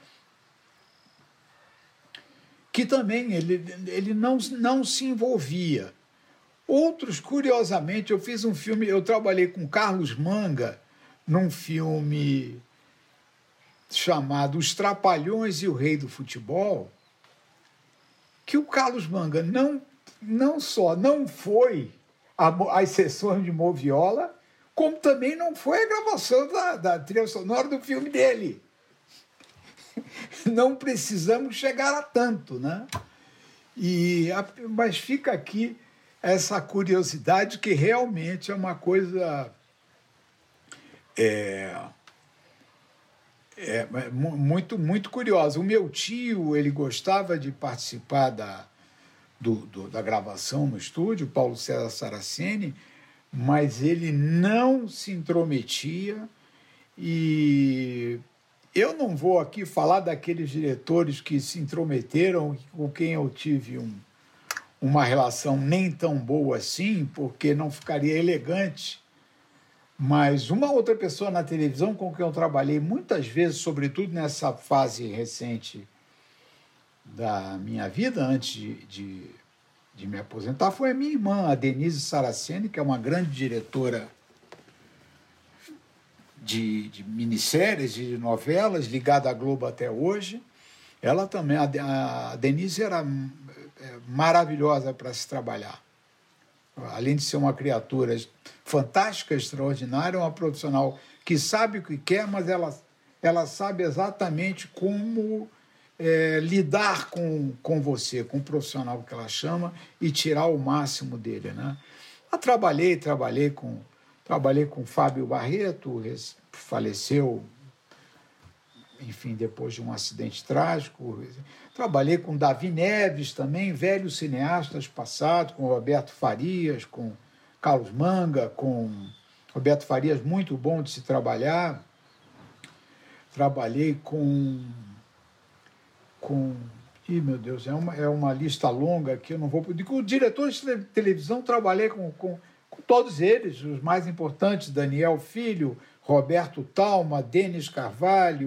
que também ele, ele não, não se envolvia. Outros, curiosamente, eu fiz um filme, eu trabalhei com Carlos Manga num filme chamado Os Trapalhões e o Rei do Futebol, que o Carlos Manga não, não só não foi às sessões de Moviola, como também não foi a gravação da, da trilha sonora do filme dele. Não precisamos chegar a tanto, né? E, mas fica aqui essa curiosidade que realmente é uma coisa é, é, muito, muito curiosa. O meu tio, ele gostava de participar da, do, do, da gravação no estúdio, Paulo César Saraceni, mas ele não se intrometia e... Eu não vou aqui falar daqueles diretores que se intrometeram, com quem eu tive um, uma relação nem tão boa assim, porque não ficaria elegante. Mas uma outra pessoa na televisão com quem eu trabalhei muitas vezes, sobretudo nessa fase recente da minha vida, antes de, de, de me aposentar, foi a minha irmã, a Denise Saraceni, que é uma grande diretora De, de minisséries, de novelas, ligada à Globo até hoje. Ela também, a, a Denise era maravilhosa para se trabalhar. Além de ser uma criatura fantástica, extraordinária, uma profissional que sabe o que quer, mas ela, ela sabe exatamente como é, lidar com, com você, com o profissional que ela chama, e tirar o máximo dele, né? Eu trabalhei, trabalhei com Trabalhei com Fábio Barreto, faleceu, enfim, depois de um acidente trágico. Trabalhei com Davi Neves também, velhos cineastas passados, com Roberto Farias, com Carlos Manga, com Roberto Farias, muito bom de se trabalhar. Trabalhei com... com Ih, meu Deus, é uma, é uma lista longa que eu não vou... Com diretores de televisão, trabalhei com... com todos eles, os mais importantes, Daniel Filho, Roberto Talma, Denis Carvalho,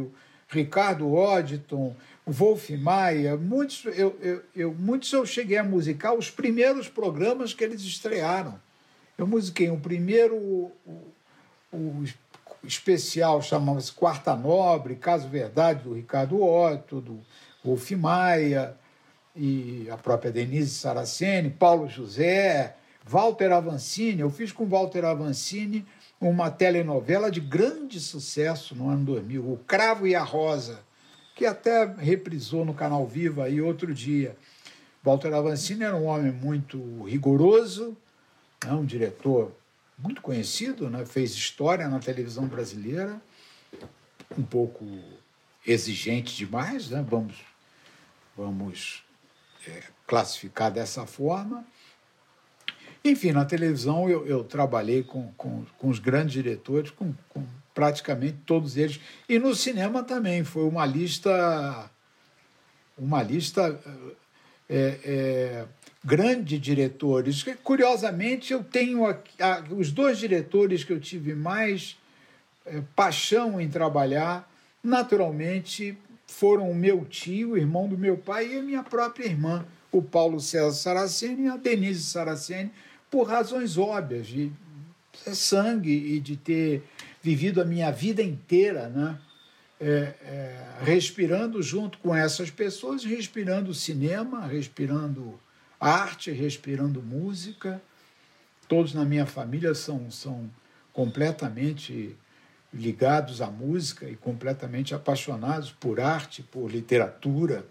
Ricardo Odditon, Wolf Maia, muitos eu, eu, eu, muitos eu cheguei a musicar os primeiros programas que eles estrearam. Eu musiquei o primeiro, o, o especial chamava-se Quarta Nobre, Caso Verdade, do Ricardo Odditon, do Wolf Maia, e a própria Denise Saraceni, Paulo José, Walter Avancini. Eu fiz com Walter Avancini uma telenovela de grande sucesso no ano dois mil, O Cravo e a Rosa, que até reprisou no Canal Viva aí outro dia. Walter Avancini era um homem muito rigoroso, né, um diretor muito conhecido, né, fez história na televisão brasileira, um pouco exigente demais, né, vamos, vamos é, classificar dessa forma. Enfim, na televisão eu, eu trabalhei com, com, com os grandes diretores, com, com praticamente todos eles. E no cinema também, foi uma lista, uma lista é, é, grande de diretores. Curiosamente, eu tenho aqui, a, os dois diretores que eu tive mais é, paixão em trabalhar, naturalmente, foram o meu tio, o irmão do meu pai, e a minha própria irmã, o Paulo César Saraceni e a Denise Saraceni, por razões óbvias, de sangue e de ter vivido a minha vida inteira, né? é, é, respirando junto com essas pessoas, respirando cinema, respirando arte, respirando música. Todos na minha família são, são completamente ligados à música e completamente apaixonados por arte, por literatura.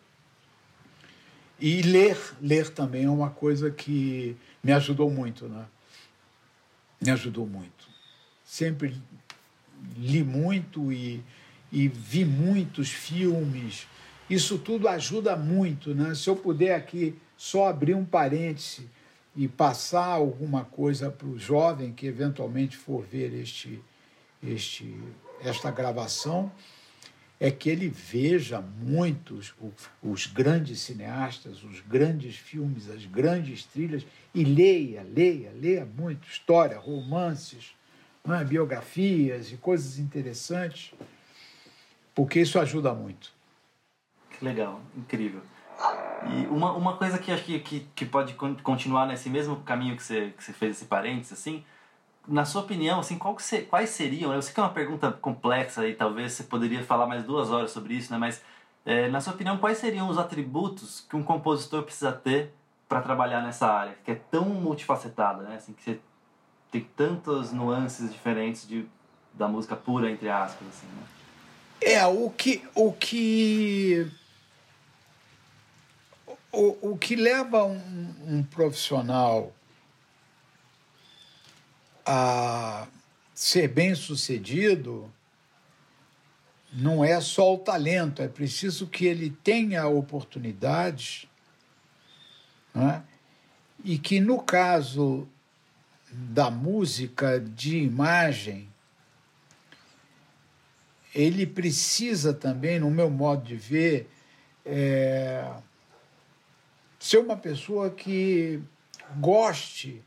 E ler, ler também é uma coisa que me ajudou muito, né? Me ajudou muito. Sempre li muito e, e vi muitos filmes. Isso tudo ajuda muito, né? Se eu puder aqui só abrir um parêntese e passar alguma coisa para o jovem que eventualmente for ver este, este, esta gravação, é que ele veja muitos os grandes cineastas, os grandes filmes, as grandes trilhas, e leia, leia, leia muito, história, romances, né, biografias e coisas interessantes, porque isso ajuda muito. Que legal, incrível. E uma, uma coisa que acho que, que, que pode continuar nesse mesmo caminho que você, que você fez esse parênteses, assim, na sua opinião, assim, qual que se, quais seriam, eu sei que é uma pergunta complexa e talvez você poderia falar mais duas horas sobre isso, né? Mas, é, na sua opinião, quais seriam os atributos que um compositor precisa ter para trabalhar nessa área, que é tão multifacetada, né? Assim, que você tem tantas nuances diferentes de, da música pura, entre aspas, assim, né? É, o que... O que... O, o que leva um, um profissional a ser bem-sucedido não é só o talento, é preciso que ele tenha oportunidades, né? E que, no caso da música de imagem, ele precisa também, no meu modo de ver, é, ser uma pessoa que goste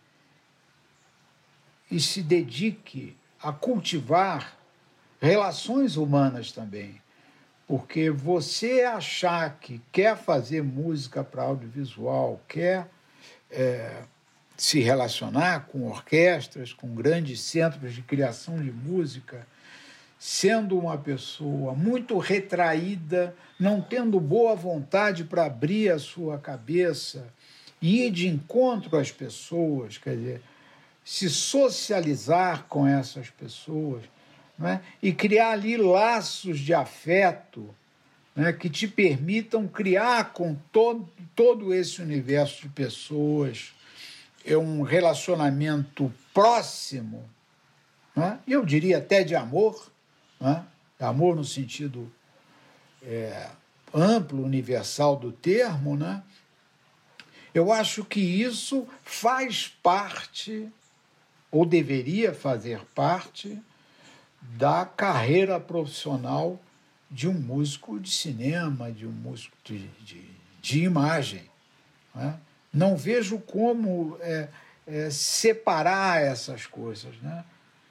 e se dedique a cultivar relações humanas também. Porque você achar que quer fazer música para audiovisual, quer é, se relacionar com orquestras, com grandes centros de criação de música, sendo uma pessoa muito retraída, não tendo boa vontade para abrir a sua cabeça e ir de encontro às pessoas, quer dizer, se socializar com essas pessoas, né? E criar ali laços de afeto, né? Que te permitam criar com todo, todo esse universo de pessoas é um relacionamento próximo, né? Eu diria até de amor, né? Amor no sentido é, amplo, universal do termo, né? Eu acho que isso faz parte, ou deveria fazer parte, da carreira profissional de um músico de cinema, de um músico de, de, de imagem, né? Não vejo como é, é, separar essas coisas, né?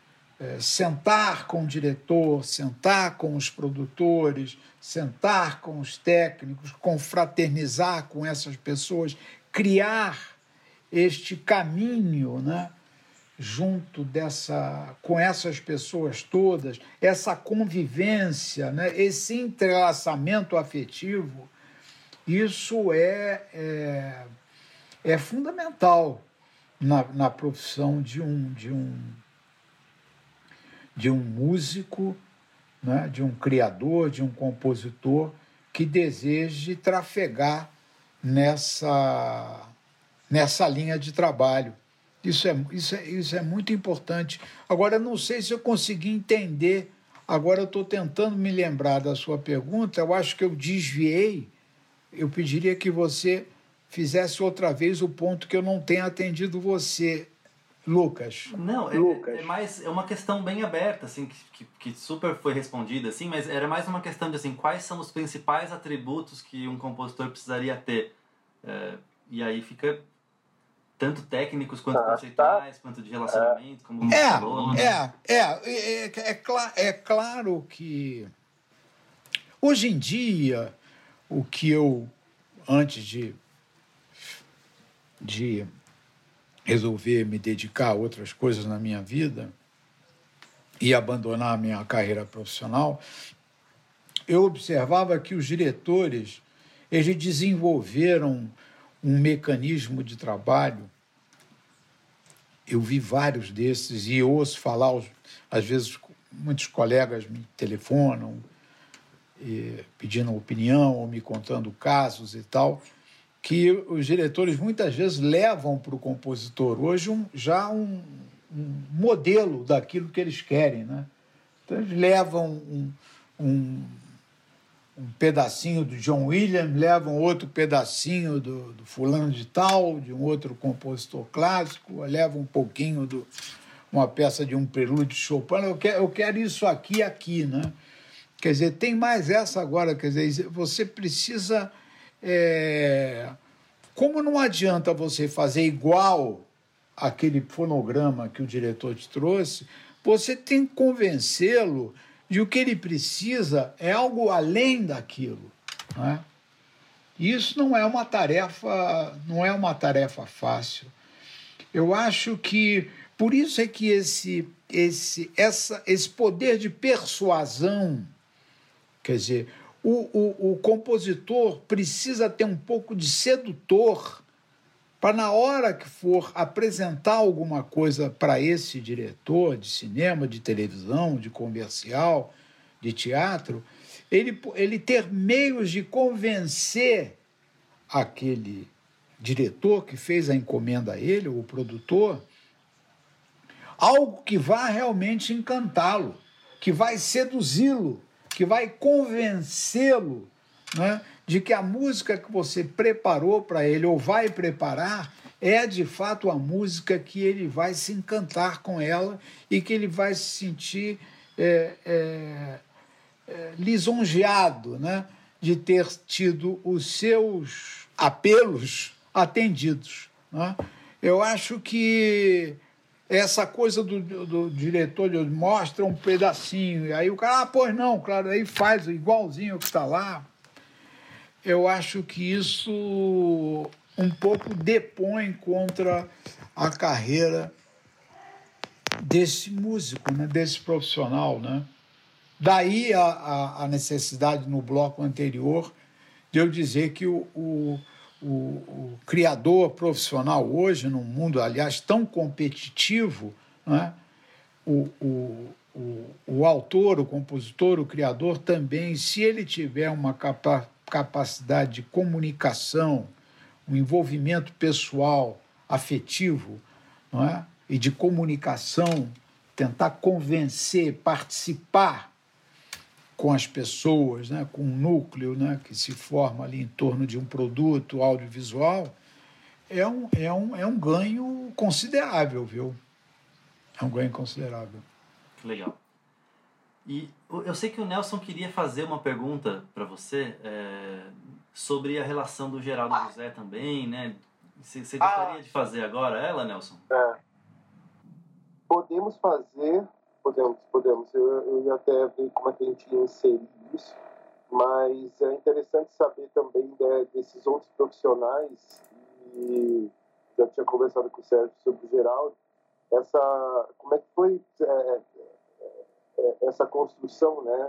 é, sentar com o diretor, sentar com os produtores, sentar com os técnicos, confraternizar com essas pessoas, criar este caminho, né, junto dessa, com essas pessoas todas, essa convivência, né, esse entrelaçamento afetivo, isso é, é, é fundamental na, na profissão de um, de um, de um músico, né, de um criador, de um compositor que deseje trafegar nessa, nessa linha de trabalho. Isso é, isso, é, isso é muito importante. Agora, não sei se eu consegui entender. Agora eu estou tentando me lembrar da sua pergunta. Eu acho que eu desviei. Eu pediria que você fizesse outra vez o ponto que eu não tenha atendido você, Lucas. Não, é, Lucas. é mais é uma questão bem aberta, assim, que, que, que super foi respondida, assim, mas era mais uma questão de assim, quais são os principais atributos que um compositor precisaria ter. É, e aí fica tanto técnicos quanto ah, conceituais, tá. quanto de relacionamento, como você é, falou. Né? É, é, é, é, é, cl- é claro que hoje em dia o que eu, antes de, de resolver me dedicar a outras coisas na minha vida e abandonar a minha carreira profissional, eu observava que os diretores eles desenvolveram um mecanismo de trabalho. Eu vi vários desses e ouço falar, às vezes muitos colegas me telefonam e, pedindo opinião ou me contando casos e tal, que os diretores muitas vezes levam para o compositor hoje um, já um, um modelo daquilo que eles querem, né? Então eles levam um, um, um pedacinho do John Williams, levam outro pedacinho do, do fulano de tal, de um outro compositor clássico, levam um pouquinho de uma peça de um prelúdio de Chopin. Eu quero, eu quero isso aqui aqui, né? Quer dizer, tem mais essa agora, quer dizer, você precisa... É, como não adianta você fazer igual aquele fonograma que o diretor te trouxe, você tem que convencê-lo de o que ele precisa é algo além daquilo, né? Isso não é uma tarefa, não é uma tarefa fácil. Eu acho que por isso é que esse, esse, essa, esse poder de persuasão, quer dizer, o, o, o compositor precisa ter um pouco de sedutor para, na hora que for apresentar alguma coisa para esse diretor de cinema, de televisão, de comercial, de teatro, ele, ele ter meios de convencer aquele diretor que fez a encomenda a ele, o produtor, algo que vá realmente encantá-lo, que vai seduzi-lo, que vai convencê-lo, né, de que a música que você preparou para ele ou vai preparar é, de fato, a música que ele vai se encantar com ela e que ele vai se sentir é, é, é, lisonjeado, né, de ter tido os seus apelos atendidos, né? Eu acho que essa coisa do, do, do diretor de mostra um pedacinho, e aí o cara, ah, pois não, claro, aí faz igualzinho que está lá. Eu acho que isso um pouco depõe contra a carreira desse músico, né, desse profissional, né? Daí a, a, a necessidade no bloco anterior de eu dizer que o, o, o, o criador profissional hoje, num mundo, aliás, tão competitivo, né, o, o, o, o autor, o compositor, o criador também, se ele tiver uma capa, capacidade de comunicação, um envolvimento pessoal, afetivo, não é? E de comunicação, tentar convencer, participar com as pessoas, né, com um núcleo, né, que se forma ali em torno de um produto audiovisual, é um, é um, é um ganho considerável, viu? É um ganho considerável. Que legal. E eu sei que o Nelson queria fazer uma pergunta para você é, sobre a relação do Geraldo José também, né? Você, você gostaria ah, de fazer agora ela, Nelson? É. Podemos fazer, Podemos, podemos. Eu, eu ia até ver como é que a gente ia inserir isso, mas é interessante saber também de, desses outros profissionais, e já tinha conversado com o Sérgio sobre o Geraldo, essa, como é que foi é, é, essa construção, né,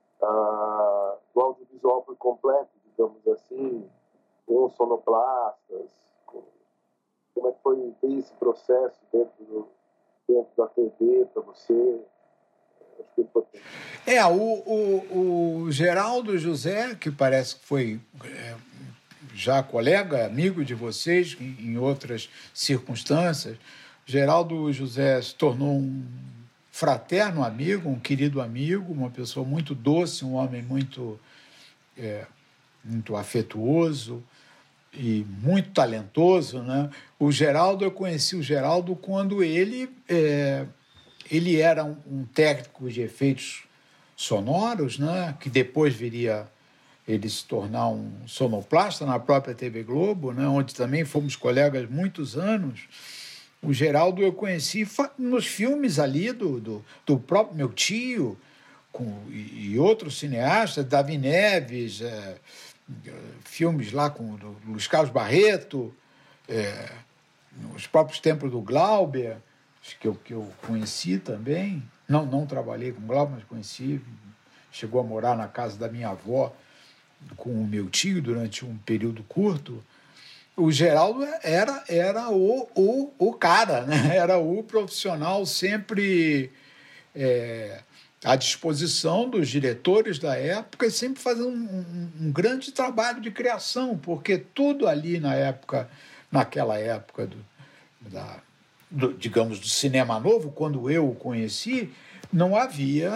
a, do audiovisual por completo, digamos assim, com sonoplastas, com, como é que foi esse processo dentro do dentro da T V para você? Acho que é importante. É, o, o, o Geraldo José, que parece que foi é, já colega, amigo de vocês em, em outras circunstâncias, Geraldo José se tornou um fraterno amigo, um querido amigo, uma pessoa muito doce, um homem muito, é, muito afetuoso e muito talentoso, né? O Geraldo, eu conheci o Geraldo quando ele, é, ele era um, um técnico de efeitos sonoros, né? Que depois viria ele se tornar um sonoplasta na própria T V Globo, né? Onde também fomos colegas muitos anos. O Geraldo eu conheci nos filmes ali do, do, do próprio meu tio com, e, e outros cineastas, Davi Neves, é, filmes lá com o Luiz Carlos Barreto, é, os próprios tempos do Glauber, que eu, que eu conheci também. Não, não trabalhei com o Glauber, mas conheci. Chegou a morar na casa da minha avó com o meu tio durante um período curto. O Geraldo era, era o, o, o cara, né? Era o profissional sempre é, à disposição dos diretores da época e sempre fazendo um, um, um grande trabalho de criação, porque tudo ali na época, naquela época do, da, do, digamos, do cinema novo, quando eu o conheci, não havia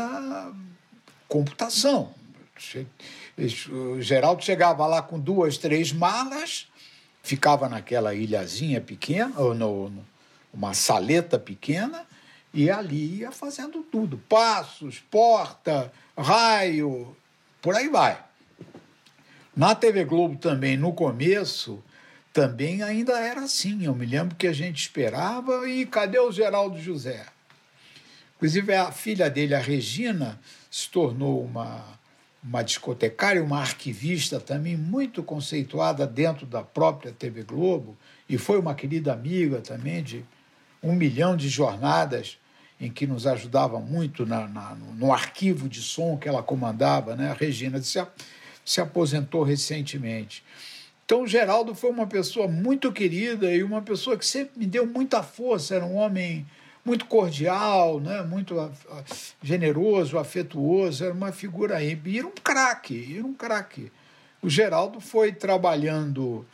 computação. O Geraldo chegava lá com duas, três malas, ficava naquela ilhazinha pequena, ou no, no, uma saleta pequena, e ali ia fazendo tudo. Passos, porta, raio, por aí vai. Na T V Globo também, no começo, também ainda era assim. Eu me lembro que a gente esperava, e cadê o Geraldo José? Inclusive, a filha dele, a Regina, se tornou uma... uma discotecária, uma arquivista também muito conceituada dentro da própria T V Globo, e foi uma querida amiga também de um milhão de jornadas em que nos ajudava muito na, na, no arquivo de som que ela comandava, né? A Regina se, se aposentou recentemente. Então, o Geraldo foi uma pessoa muito querida e uma pessoa que sempre me deu muita força, era um homem muito cordial, né? Muito generoso, afetuoso, era uma figura aí. E era um craque, era um craque. O Geraldo foi trabalhando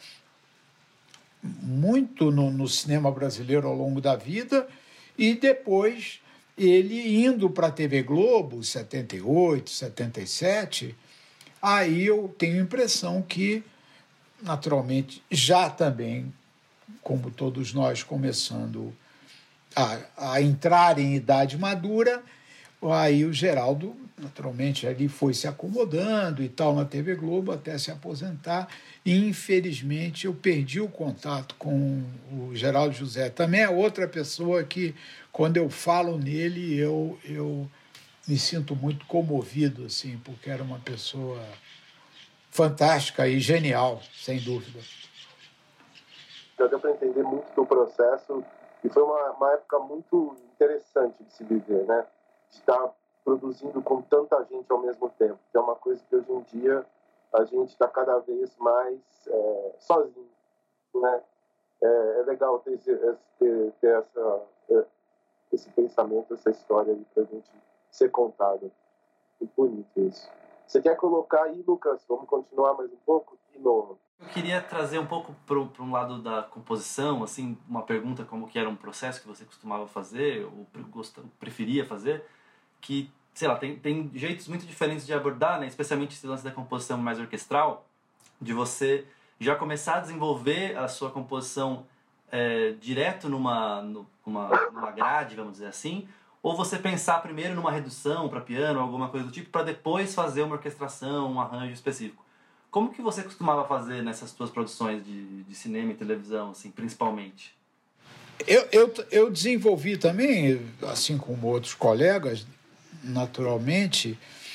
muito no, no cinema brasileiro ao longo da vida e depois ele indo para a T V Globo, setenta e oito, setenta e sete, aí eu tenho a impressão que, naturalmente, já também, como todos nós começando A, a entrar em idade madura, aí o Geraldo, naturalmente, ali foi se acomodando e tal na T V Globo até se aposentar, e infelizmente eu perdi o contato com o Geraldo José. Também é outra pessoa que, quando eu falo nele, eu, eu me sinto muito comovido, assim, porque era uma pessoa fantástica e genial, sem dúvida. Já deu para entender muito do processo. E foi uma, uma época muito interessante de se viver, né? De estar produzindo com tanta gente ao mesmo tempo, que é uma coisa que hoje em dia a gente está cada vez mais é, sozinho, né? É, é legal ter, esse, ter, ter essa, esse pensamento, essa história aí para a gente ser contada. Muito bonito isso. Você quer colocar aí, Lucas? Vamos continuar mais um pouco aqui no... Eu queria trazer um pouco para um lado da composição, assim, uma pergunta como que era um processo que você costumava fazer, ou preferia fazer, que, sei lá, tem, tem jeitos muito diferentes de abordar, né? Especialmente esse lance da composição mais orquestral, de você já começar a desenvolver a sua composição é, direto numa, numa, numa grade, vamos dizer assim, ou você pensar primeiro numa redução para piano, alguma coisa do tipo, para depois fazer uma orquestração, um arranjo específico. Como que você costumava fazer nessas suas produções de, de cinema e televisão, assim, principalmente? Eu, eu, eu desenvolvi também, assim como outros colegas, naturalmente,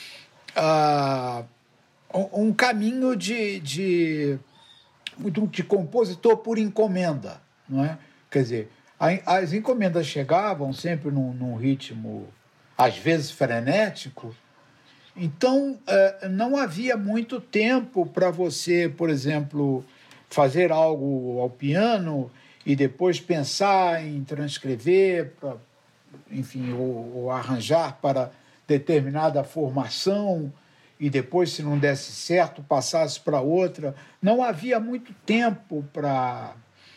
uh, um caminho de, de, de compositor por encomenda, não é? Quer dizer, as encomendas chegavam sempre num, num ritmo, às vezes, frenético, então não havia muito tempo para você, por exemplo, fazer algo ao piano e depois pensar em transcrever, pra, enfim, ou, ou arranjar para determinada formação e depois, se não desse certo, passasse para outra. Não havia muito tempo para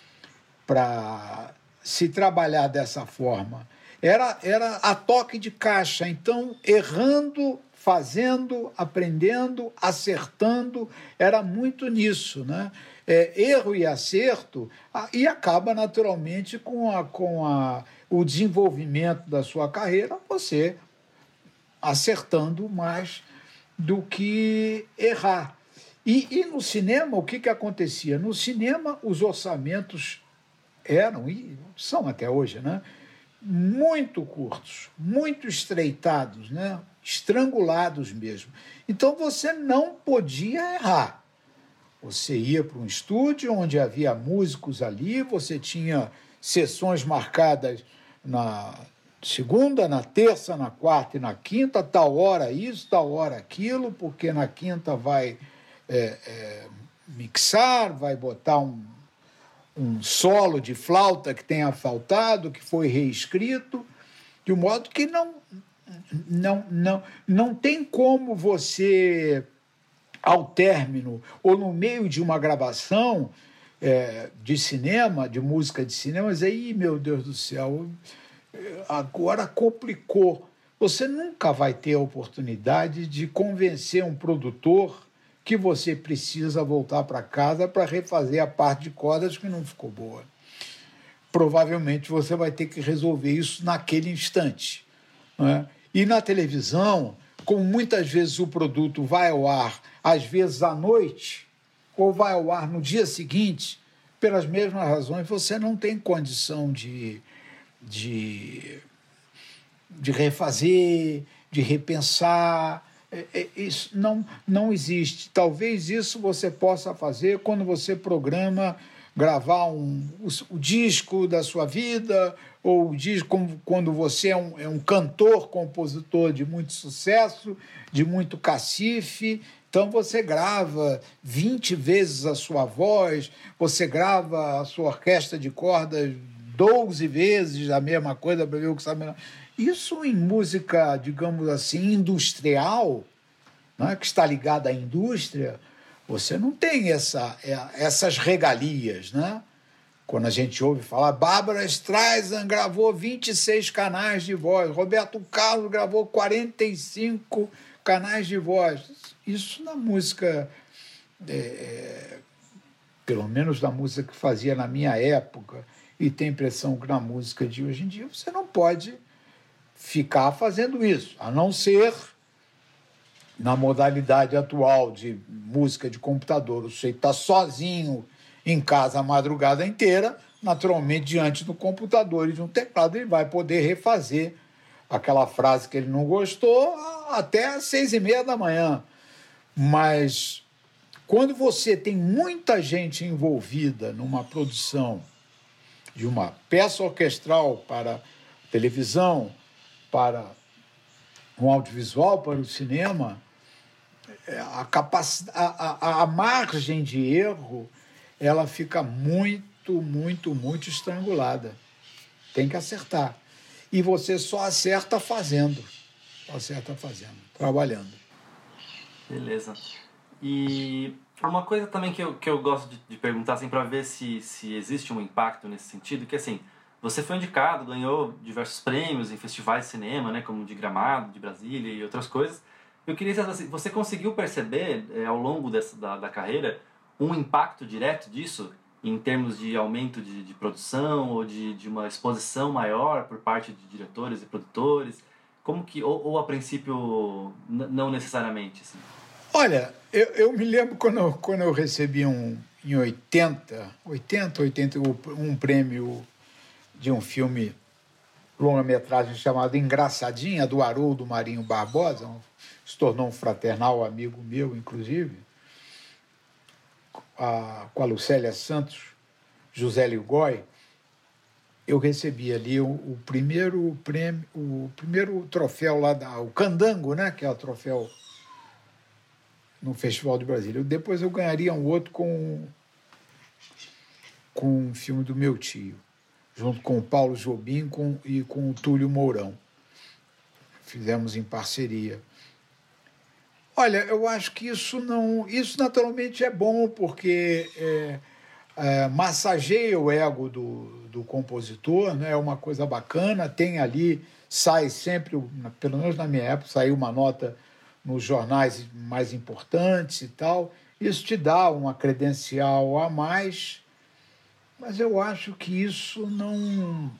para se trabalhar dessa forma. Era, era a toque de caixa, então, errando, fazendo, aprendendo, acertando, era muito nisso, né? É, erro e acerto, e acaba naturalmente com, a, com a, o desenvolvimento da sua carreira, você acertando mais do que errar. E, e no cinema, o que, que acontecia? No cinema, os orçamentos eram, e são até hoje, né? Muito curtos, muito estreitados, né? Estrangulados mesmo. Então, você não podia errar. Você ia para um estúdio onde havia músicos ali, você tinha sessões marcadas na segunda, na terça, na quarta e na quinta, tal hora isso, tal hora aquilo, porque na quinta vai é, é, mixar, vai botar um um solo de flauta que tenha faltado, que foi reescrito, de um modo que não, não, não, não tem como você, ao término ou no meio de uma gravação é, de cinema, de música de cinema, dizer, ih, meu Deus do céu, agora complicou. Você nunca vai ter a oportunidade de convencer um produtor que você precisa voltar para casa para refazer a parte de cordas que não ficou boa. Provavelmente você vai ter que resolver isso naquele instante, não é? E na televisão, como muitas vezes o produto vai ao ar, às vezes à noite, ou vai ao ar no dia seguinte, pelas mesmas razões, você não tem condição de, de, de refazer, de repensar. Isso não, não existe. Talvez isso você possa fazer quando você programa gravar um, o, o disco da sua vida, ou o disco quando você é um, é um cantor, compositor de muito sucesso, de muito cacife. Então você grava vinte vezes a sua voz, você grava a sua orquestra de cordas doze vezes a mesma coisa para ver o que sabe. Isso em música, digamos assim, industrial, né, que está ligada à indústria, você não tem essa, essas regalias, né? Quando a gente ouve falar, Barbra Streisand gravou vinte e seis canais de voz, Roberto Carlos gravou quarenta e cinco canais de voz. Isso na música, é, pelo menos na música que fazia na minha época, e tem a impressão que na música de hoje em dia você não pode ficar fazendo isso, a não ser na modalidade atual de música de computador. O sujeito está sozinho em casa a madrugada inteira, naturalmente, diante do computador e de um teclado, ele vai poder refazer aquela frase que ele não gostou até às seis e meia da manhã. Mas quando você tem muita gente envolvida numa produção de uma peça orquestral para televisão, para um audiovisual, para o cinema, a, capacidade, a, a, a margem de erro ela fica muito, muito, muito estrangulada. Tem que acertar. E você só acerta fazendo. Só acerta fazendo, trabalhando. Beleza. E uma coisa também que eu, que eu gosto de, de perguntar, assim, para ver se, se existe um impacto nesse sentido, que assim, você foi indicado, ganhou diversos prêmios em festivais de cinema, né, como de Gramado, de Brasília e outras coisas. Eu queria saber, assim, você conseguiu perceber, é, ao longo dessa, da, da carreira, um impacto direto disso, em termos de aumento de, de produção ou de, de uma exposição maior por parte de diretores e produtores? Como que, ou, ou a princípio, n- não necessariamente, assim? Olha, eu, eu me lembro quando eu, quando eu recebi um, em oitenta, oitenta, oitenta, um prêmio de um filme longa-metragem chamado Engraçadinha, do Haroldo Marinho Barbosa, um, se tornou um fraternal amigo meu, inclusive, a, com a Lucélia Santos, José Ligói. Eu recebi ali o, o primeiro prêmio, o primeiro troféu lá, da, o Candango, né, que é o troféu no Festival de Brasília. Depois eu ganharia um outro com, com um filme do meu tio, junto com o Paulo Jobim com, e com o Túlio Mourão. Fizemos em parceria. Olha, eu acho que isso não, isso naturalmente é bom, porque é, é, massageia o ego do, do compositor, né? É uma coisa bacana. Tem ali, sai sempre, pelo menos na minha época, saiu uma nota nos jornais mais importantes e tal. Isso te dá uma credencial a mais, mas eu acho que isso não,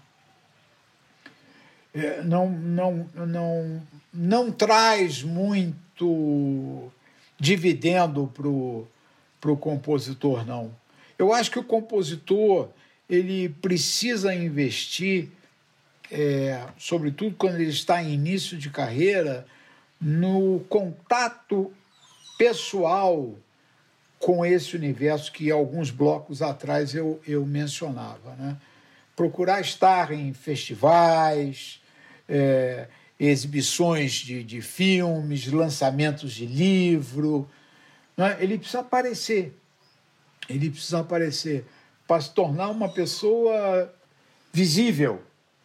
não, não, não, não traz muito dividendo para o compositor, não. Eu acho que o compositor ele precisa investir, é, sobretudo quando ele está em início de carreira, no contato pessoal com esse universo que alguns blocos atrás eu, eu mencionava, né? Procurar estar em festivais, é, exibições de, de filmes, lançamentos de livro, né? Ele precisa aparecer, ele precisa aparecer para se tornar uma pessoa visível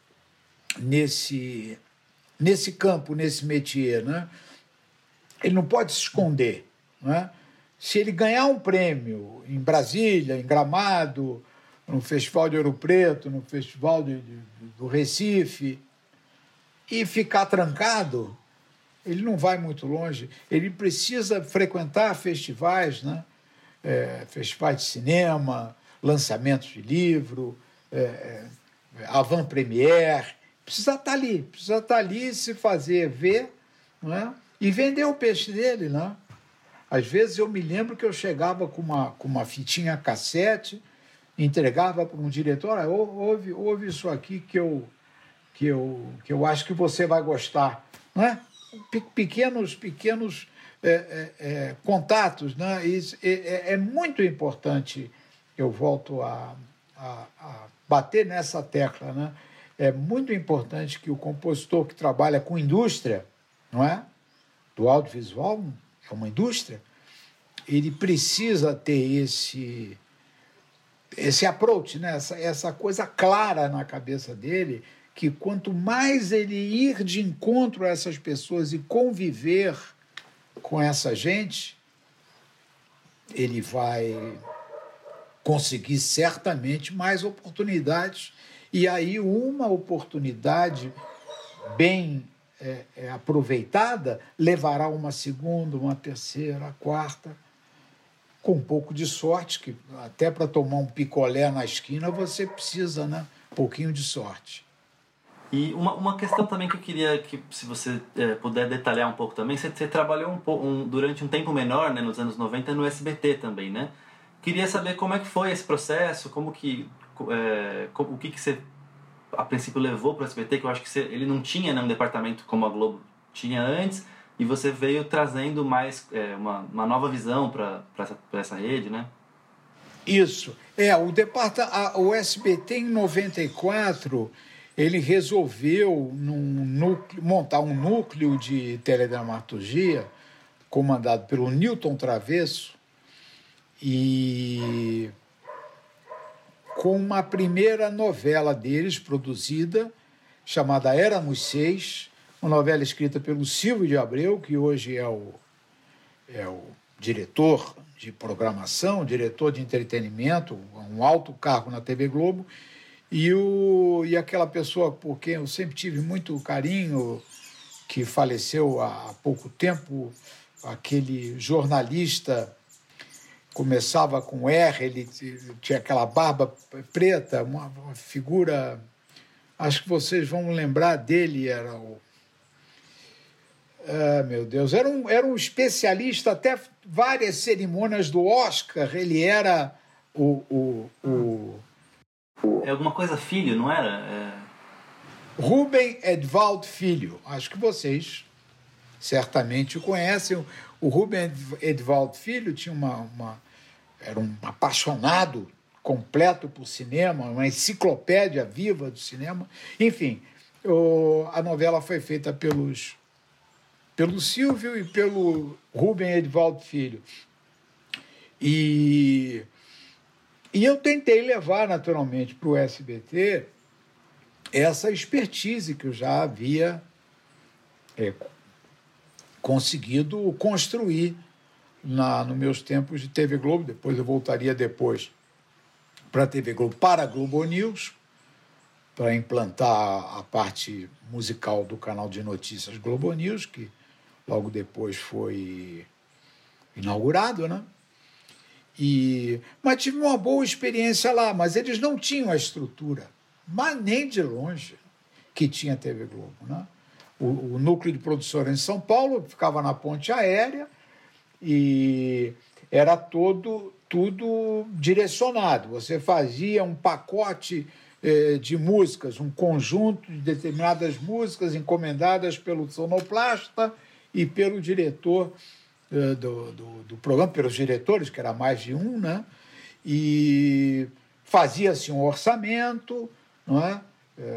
nesse, nesse campo, nesse métier, né? Ele não pode se esconder, né? Se ele ganhar um prêmio em Brasília, em Gramado, no Festival de Ouro Preto, no Festival de, de, do Recife, e ficar trancado, ele não vai muito longe. Ele precisa frequentar festivais, né? É, festivais de cinema, lançamentos de livro, é, é, avant-première. Precisa estar ali, precisa estar ali, se fazer ver, não é? E vender o peixe dele, né? Às vezes eu me lembro que eu chegava com uma, com uma fitinha cassete, entregava para um diretor, ah, ouve, ouve isso aqui que eu, que, eu, que eu acho que você vai gostar. Não é? Pequenos, pequenos é, é, é, contatos. Né? Isso é, é muito importante, eu volto a, a, a bater nessa tecla, né? É muito importante que o compositor que trabalha com indústria, não é? Do audiovisual, é uma indústria, ele precisa ter esse, esse approach, né? essa, essa coisa clara na cabeça dele, que quanto mais ele ir de encontro a essas pessoas e conviver com essa gente, ele vai conseguir certamente mais oportunidades. E aí uma oportunidade bem É, é, aproveitada, levará uma segunda, uma terceira, a quarta, com um pouco de sorte, que até para tomar um picolé na esquina você precisa, né? Um pouquinho de sorte. E uma, uma questão também que eu queria que, se você é, puder detalhar um pouco também, você, você trabalhou um, um, durante um tempo menor, né, nos anos noventa, no S B T também, né? Queria saber como é que foi esse processo, como que, é, como, o que, que você a princípio levou para o S B T, que eu acho que você, ele não tinha, né, um departamento como a Globo tinha antes, e você veio trazendo mais é, uma, uma nova visão para essa, essa rede, né? Isso. É, o, departa, a, o S B T, em noventa e quatro, ele resolveu num núcleo, montar um núcleo de teledramaturgia comandado pelo Newton Travesso e com uma primeira novela deles produzida, chamada Éramos Seis, uma novela escrita pelo Silvio de Abreu, que hoje é o, é o diretor de programação, diretor de entretenimento, um alto cargo na T V Globo, e, o, e aquela pessoa por quem eu sempre tive muito carinho, que faleceu há pouco tempo, aquele jornalista, começava com R, ele tinha aquela barba preta, uma, uma figura, acho que vocês vão lembrar dele, era o... Ah, meu Deus, era um, era um especialista, até várias cerimônias do Oscar, ele era o... o, o É alguma coisa Filho, não era? É... Rubem Edvaldo Filho. Acho que vocês certamente o conhecem. O Rubem Edvaldo Filho tinha uma, uma, era um apaixonado completo por cinema, uma enciclopédia viva do cinema. Enfim, o, a novela foi feita pelos, pelo Silvio e pelo Rubem Edvaldo Filho. E, e eu tentei levar, naturalmente, para o S B T essa expertise que eu já havia é, conseguido construir na, nos meus tempos de T V Globo. Depois eu voltaria depois para a T V Globo, para a Globo News, para implantar a parte musical do canal de notícias Globo News, que logo depois foi inaugurado, né? E, mas tive uma boa experiência lá, mas eles não tinham a estrutura, mas nem de longe, que tinha a T V Globo, né? O, o núcleo de produção em São Paulo ficava na ponte aérea e era todo, tudo direcionado. Você fazia um pacote eh, de músicas, um conjunto de determinadas músicas encomendadas pelo sonoplasta e pelo diretor eh, do, do, do programa, pelos diretores, que era mais de um, né? E fazia-se um orçamento, não é? É,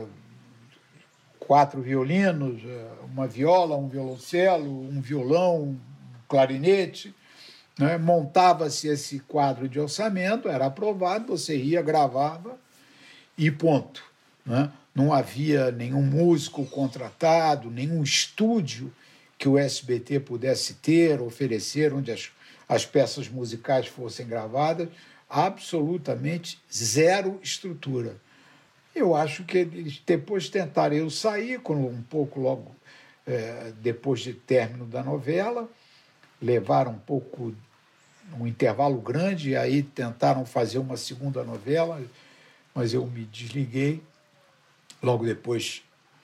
quatro violinos, uma viola, um violoncelo, um violão, um clarinete, né? Montava-se esse quadro de orçamento, era aprovado, você ia, gravava e ponto, né? Não havia nenhum músico contratado, nenhum estúdio que o S B T pudesse ter, oferecer, onde as, as peças musicais fossem gravadas, absolutamente zero estrutura. Eu acho que eles depois tentaram eu sair, um pouco logo é, depois de término da novela, levaram um pouco, um intervalo grande, e aí tentaram fazer uma segunda novela, mas eu me desliguei. Logo depois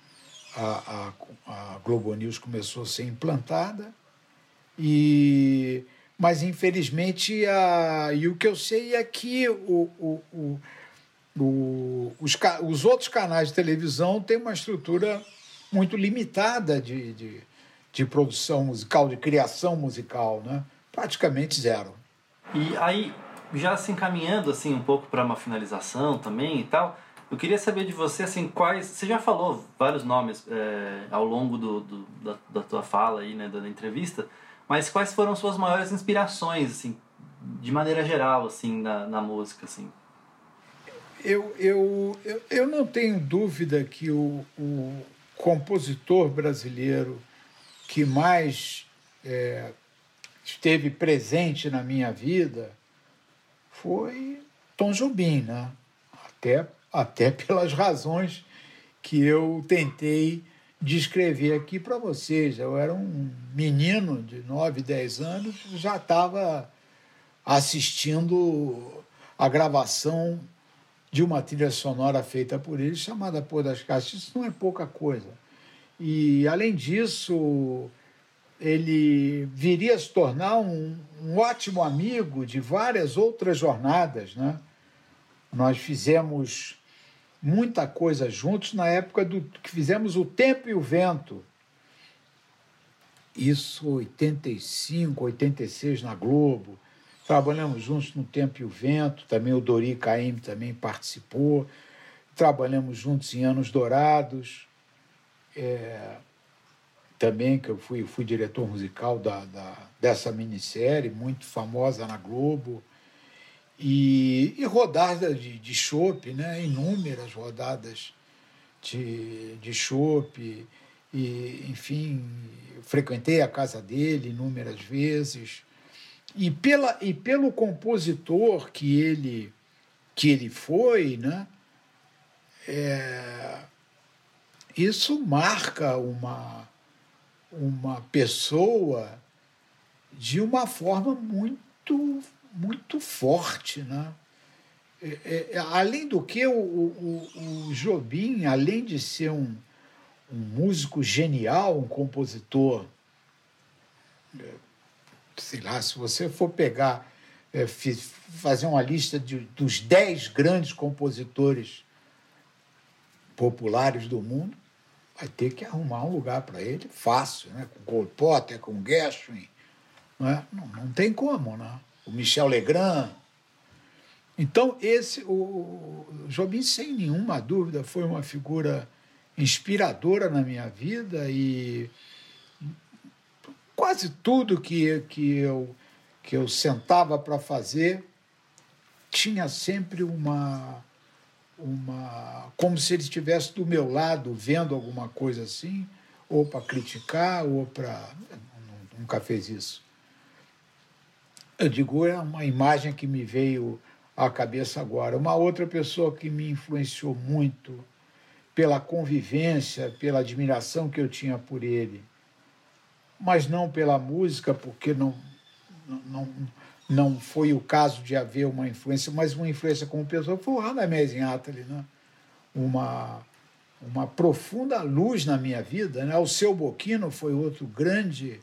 a, a, a Globo News começou a ser implantada, e, mas infelizmente, a, e o que eu sei é que o, o, o O, os, os outros canais de televisão têm uma estrutura muito limitada de, de, de produção musical, de criação musical, né? Praticamente zero. E aí, já se encaminhando assim, um pouco para uma finalização também e tal, eu queria saber de você assim, quais... Você já falou vários nomes é, ao longo do, do, da, da tua fala, aí, né, da entrevista, mas quais foram suas maiores inspirações, assim, de maneira geral, assim, na, na música, assim? Eu, eu, eu, eu não tenho dúvida que o, o compositor brasileiro que mais é, esteve presente na minha vida foi Tom Jobim, né? Até, até pelas razões que eu tentei descrever aqui para vocês. Eu era um menino de nove, dez anos, já estava assistindo a gravação de uma trilha sonora feita por ele, chamada Pôr das Caixas. Isso não é pouca coisa. E, além disso, ele viria a se tornar um, um ótimo amigo de várias outras jornadas, né? Nós fizemos muita coisa juntos na época do que fizemos O Tempo e o Vento. Isso, oitenta e cinco, oitenta e seis, na Globo. Trabalhamos juntos no Tempo e o Vento, também o Dori Caymmi também participou. Trabalhamos juntos em Anos Dourados, é, também, que eu fui, fui diretor musical da, da, dessa minissérie, muito famosa na Globo. E, e rodadas de, de chopp, né? Inúmeras rodadas de, de chopp. E, enfim, frequentei a casa dele inúmeras vezes. E, pela, e pelo compositor que ele, que ele foi, né? É, isso marca uma, uma pessoa de uma forma muito, muito forte, né? É, é, além do que, o, o, o Jobim, além de ser um, um músico genial, um compositor, sei lá, se você for pegar é, fiz, fazer uma lista de, dos dez grandes compositores populares do mundo, vai ter que arrumar um lugar para ele fácil, né? Com Cole Potter, com Gershwin. Não, é? não, não tem como, né? O Michel Legrand. Então, esse, o, o Jobim, sem nenhuma dúvida, foi uma figura inspiradora na minha vida e quase tudo que, que, eu, que eu sentava para fazer tinha sempre uma, uma... como se ele estivesse do meu lado, vendo alguma coisa assim, ou para criticar, ou para... Nunca fez isso. Eu digo, é uma imagem que me veio à cabeça agora. Uma outra pessoa que me influenciou muito pela convivência, pela admiração que eu tinha por ele, mas não pela música, porque não, não, não foi o caso de haver uma influência, mas uma influência como pessoa, foi o Radamés Inátali, né? Uma, uma profunda luz na minha vida, né? O Seu Boquino foi outro grande...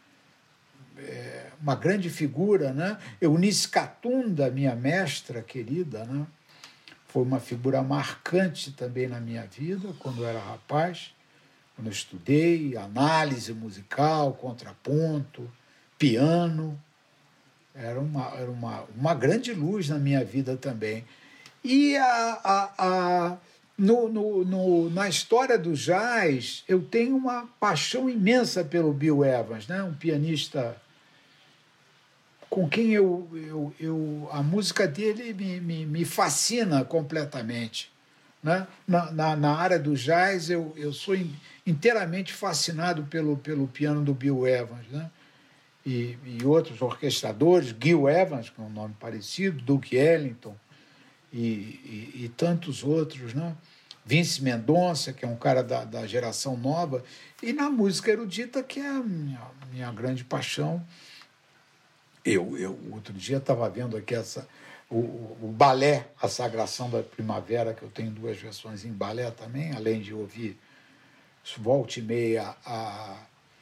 É, uma grande figura, né? Eunice Catunda, minha mestra querida, né? Foi uma figura marcante também na minha vida, quando eu era rapaz, quando eu estudei análise musical, contraponto, piano. Era uma, era uma, uma grande luz na minha vida também. E a, a, a, no, no, no, na história do jazz, eu tenho uma paixão imensa pelo Bill Evans, né? Um pianista com quem eu, eu, eu a música dele me, me, me fascina completamente, né? Na, na, na área do jazz, eu, eu sou inteiramente fascinado pelo, pelo piano do Bill Evans, né? E, e outros orquestradores, Gil Evans, que é um nome parecido, Duke Ellington, e, e, e tantos outros, né? Vince Mendonça, que é um cara da, da geração nova, e na música erudita, que é a minha, minha grande paixão. Eu, eu outro dia estava vendo aqui essa, o, o balé, A Sagração da Primavera, que eu tenho duas versões em balé também, além de ouvir volta e meia a,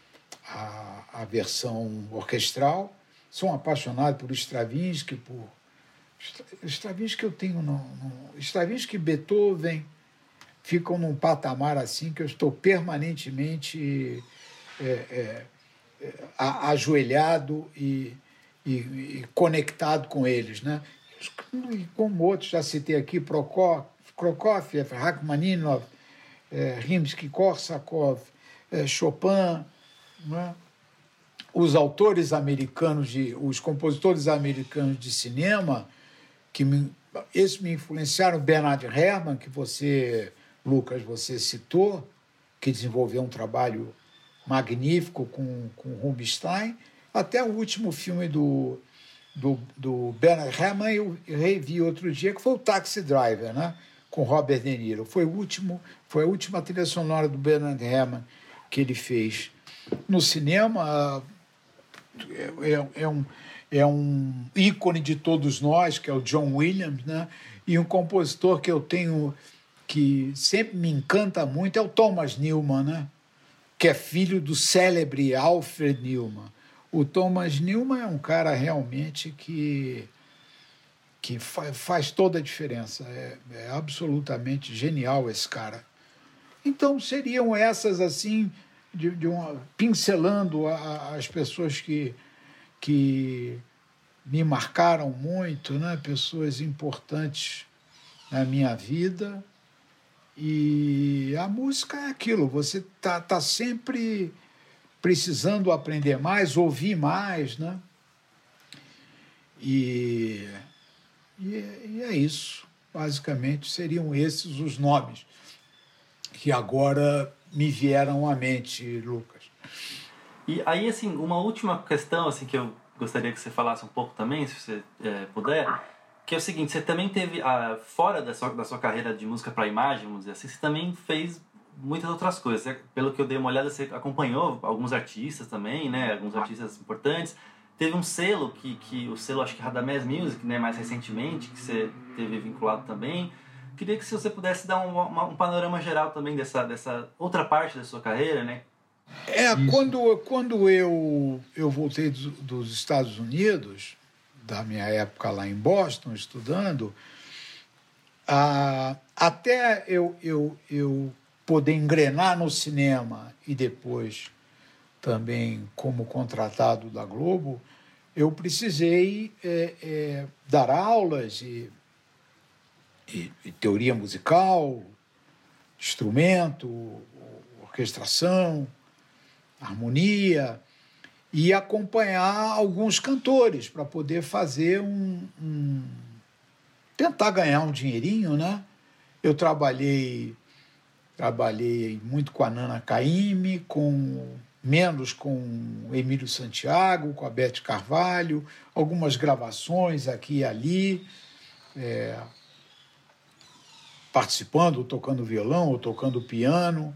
a, a versão orquestral. Sou um apaixonado por Stravinsky, por Stravinsky eu tenho no, no, Stravinsky e Beethoven ficam num patamar assim que eu estou permanentemente é, é, é, ajoelhado e E, e conectado com eles, né? E como outros, já citei aqui, Prokofiev, Rachmaninoff, é, Rimsky-Korsakov, é, Chopin, né? Os autores americanos, de, os compositores americanos de cinema, que me, esses me influenciaram, Bernard Herrmann, que você, Lucas, você citou, que desenvolveu um trabalho magnífico com, com Rubinstein. Até o último filme do, do, do Bernard Herrmann eu revi outro dia, que foi o Taxi Driver, né? Com Robert De Niro. Foi, o último, foi a última trilha sonora do Bernard Herrmann que ele fez. No cinema, é, é, é, um, é um ícone de todos nós, que é o John Williams, né? E um compositor que eu tenho, que sempre me encanta muito, é o Thomas Newman, né? Que é filho do célebre Alfred Newman. O Thomas Newman é um cara realmente que, que fa, faz toda a diferença. É, é absolutamente genial esse cara. Então, seriam essas, assim, de, de uma, pincelando a, as pessoas que, que me marcaram muito, né? Pessoas importantes na minha vida. E a música é aquilo, você está tá sempre precisando aprender mais, ouvir mais, né? E, e, e é isso. Basicamente, seriam esses os nomes que agora me vieram à mente, Lucas. E aí, assim, uma última questão assim, que eu gostaria que você falasse um pouco também, se você é, puder, que é o seguinte, você também teve, ah, fora da sua, da sua carreira de música para imagem, vamos dizer assim, você também fez muitas outras coisas. Pelo que eu dei uma olhada, você acompanhou alguns artistas também, né? Alguns artistas importantes. Teve um selo, que, que o selo, acho que Radamés Music, né? Mais recentemente, que você teve vinculado também. Queria que se você pudesse dar um, uma, um panorama geral também dessa, dessa outra parte da sua carreira, né? É, quando, quando eu, eu voltei dos, dos Estados Unidos, da minha época lá em Boston, estudando, ah, até eu, eu, eu poder engrenar no cinema e depois também como contratado da Globo, eu precisei é, é, dar aulas e, e, e teoria musical, instrumento, orquestração, harmonia, e acompanhar alguns cantores para poder fazer um, um... tentar ganhar um dinheirinho, né? Eu trabalhei, trabalhei muito com a Nana Caymmi, com, menos com o Emílio Santiago, com a Beth Carvalho, algumas gravações aqui e ali, é, participando, ou tocando violão, ou tocando piano,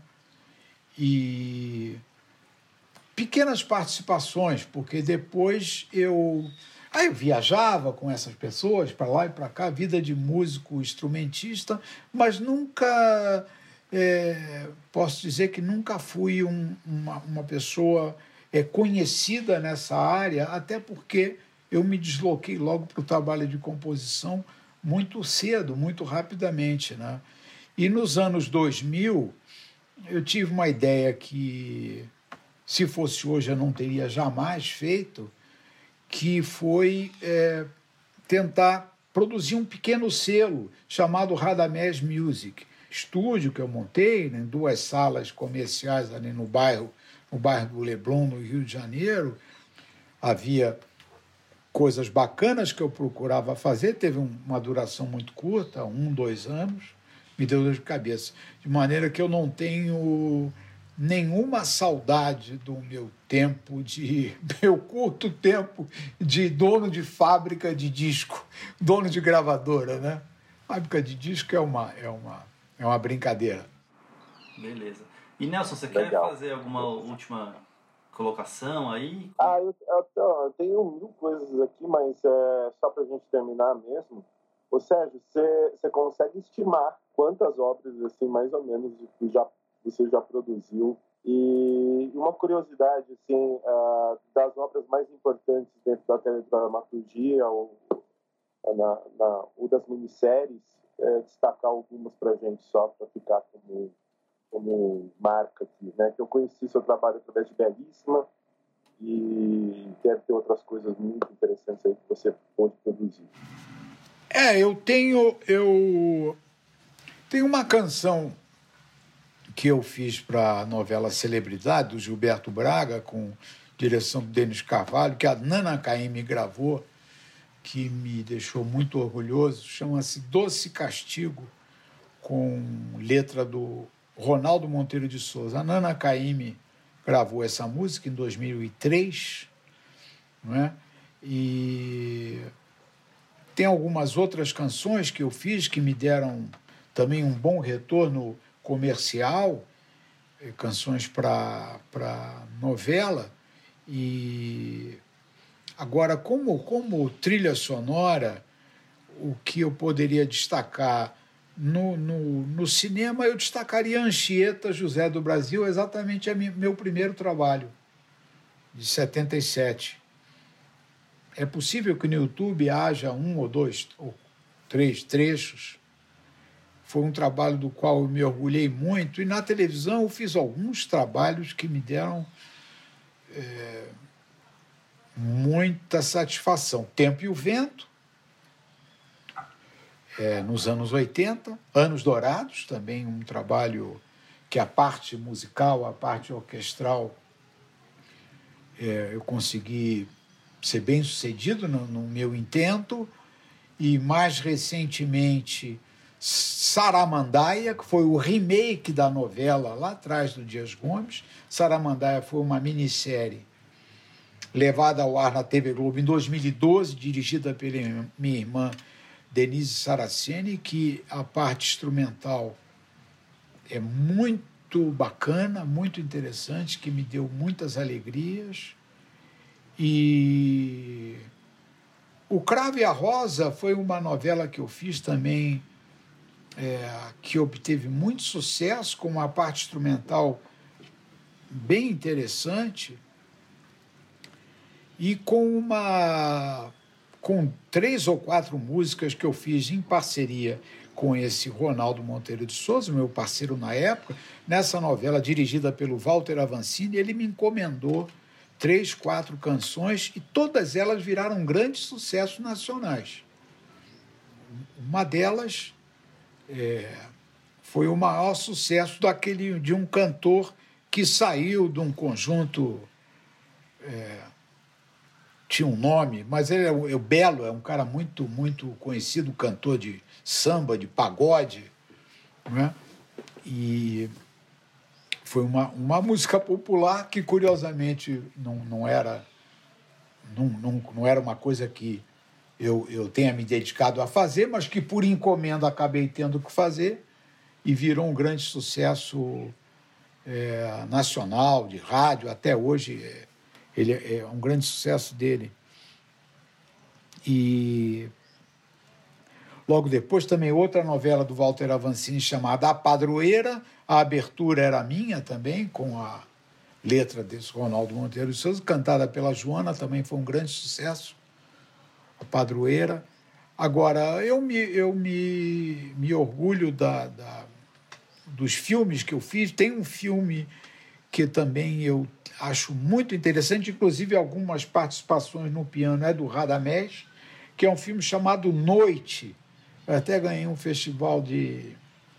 e pequenas participações, porque depois eu... Aí eu viajava com essas pessoas para lá e para cá, vida de músico, instrumentista, mas nunca, é, posso dizer que nunca fui um, uma, uma pessoa é, conhecida nessa área, até porque eu me desloquei logo para o trabalho de composição muito cedo, muito rapidamente, né? E nos anos dois mil, eu tive uma ideia que, se fosse hoje, eu não teria jamais feito, que foi é, tentar produzir um pequeno selo chamado Radamés Music. Estúdio que eu montei em duas salas comerciais ali no bairro, no bairro do Leblon, no Rio de Janeiro. Havia coisas bacanas que eu procurava fazer, teve uma duração muito curta, um, dois anos, me deu dor de cabeça. De maneira que eu não tenho nenhuma saudade do meu tempo, de meu curto tempo de dono de fábrica de disco, dono de gravadora, né? Fábrica de disco é uma, é uma, é uma brincadeira. Beleza. E, Nelson, você Legal. quer fazer alguma última colocação aí? Ah, eu, eu, eu tenho mil coisas aqui, mas é, só para a gente terminar mesmo. Ô Sérgio, você, você consegue estimar quantas obras, assim, mais ou menos, já, você já produziu? E uma curiosidade, assim, uh, das obras mais importantes dentro da teledramaturgia ou, na, na, ou das minisséries, é, destacar algumas para a gente só, para ficar como, como marca aqui, né? Que eu conheci seu trabalho através de Belíssima e deve ter outras coisas muito interessantes aí que você pode produzir. É, eu tenho, eu tenho uma canção que eu fiz para a novela Celebridade, do Gilberto Braga, com direção do Denis Carvalho, que a Nana Caymmi gravou, que me deixou muito orgulhoso, chama-se Doce Castigo, com letra do Ronaldo Monteiro de Souza. A Nana Caymmi gravou essa música em dois mil e três, não é? E tem algumas outras canções que eu fiz que me deram também um bom retorno comercial, canções para para novela. E agora, como, como trilha sonora, o que eu poderia destacar no, no, no cinema, eu destacaria Anchieta, José do Brasil, exatamente a minha, meu primeiro trabalho, de setenta e sete. É possível que no YouTube haja um ou dois ou três trechos. Foi um trabalho do qual eu me orgulhei muito, e na televisão eu fiz alguns trabalhos que me deram é, muita satisfação. Tempo e o Vento, é, nos anos oitenta, Anos Dourados, também um trabalho que a parte musical, a parte orquestral, é, eu consegui ser bem sucedido no, no meu intento, e mais recentemente Saramandaia, que foi o remake da novela lá atrás do Dias Gomes. Saramandaia foi uma minissérie levada ao ar na T V Globo em dois mil e doze, dirigida pela minha irmã Denise Saraceni, que a parte instrumental é muito bacana, muito interessante, que me deu muitas alegrias. E O Cravo e a Rosa foi uma novela que eu fiz também, é, que obteve muito sucesso, com uma parte instrumental bem interessante e com uma, com três ou quatro músicas que eu fiz em parceria com esse Ronaldo Monteiro de Souza, meu parceiro na época. Nessa novela dirigida pelo Walter Avancini, ele me encomendou três, quatro canções e todas elas viraram grandes sucessos nacionais. Uma delas é, foi o maior sucesso daquele, de um cantor que saiu de um conjunto... É, tinha um nome, mas ele é o, é o Belo, é um cara muito, muito conhecido, cantor de samba, de pagode, né? E foi uma, uma música popular que, curiosamente, não, não, era, não, não, não era uma coisa que eu, eu tenha me dedicado a fazer, mas que, por encomenda, acabei tendo que fazer e virou um grande sucesso é, nacional, de rádio, até hoje... É, ele é um grande sucesso dele. E logo depois também outra novela do Walter Avancini chamada A Padroeira. A abertura era minha também, com a letra desse Ronaldo Monteiro de Souza, cantada pela Joana, também foi um grande sucesso. A Padroeira. Agora, eu me, eu me, me orgulho da, da, dos filmes que eu fiz. Tem um filme que também eu acho muito interessante, inclusive algumas participações no piano é do Radamés, que é um filme chamado Noite. Eu até ganhei um festival de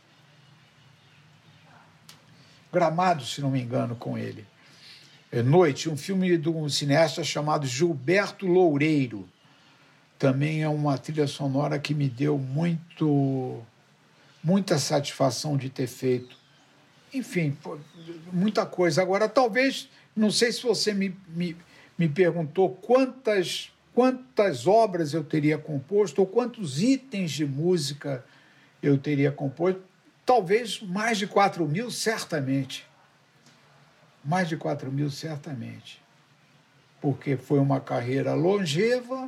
Gramado, se não me engano, com ele. É Noite, um filme de um cineasta chamado Gilberto Loureiro. Também é uma trilha sonora que me deu muito, muita satisfação de ter feito. Enfim, muita coisa. Agora, talvez, não sei se você me, me, me perguntou quantas, quantas obras eu teria composto ou quantos itens de música eu teria composto. Talvez mais de quatro mil, certamente. Mais de quatro mil, certamente. Porque foi uma carreira longeva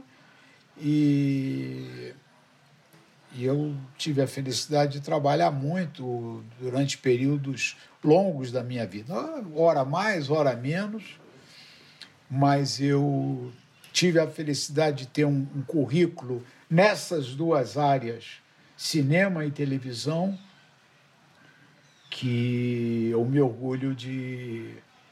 e... E eu tive a felicidade de trabalhar muito durante períodos longos da minha vida. Hora mais, hora menos, mas eu tive a felicidade de ter um, um currículo nessas duas áreas, cinema e televisão, que eu me orgulho de,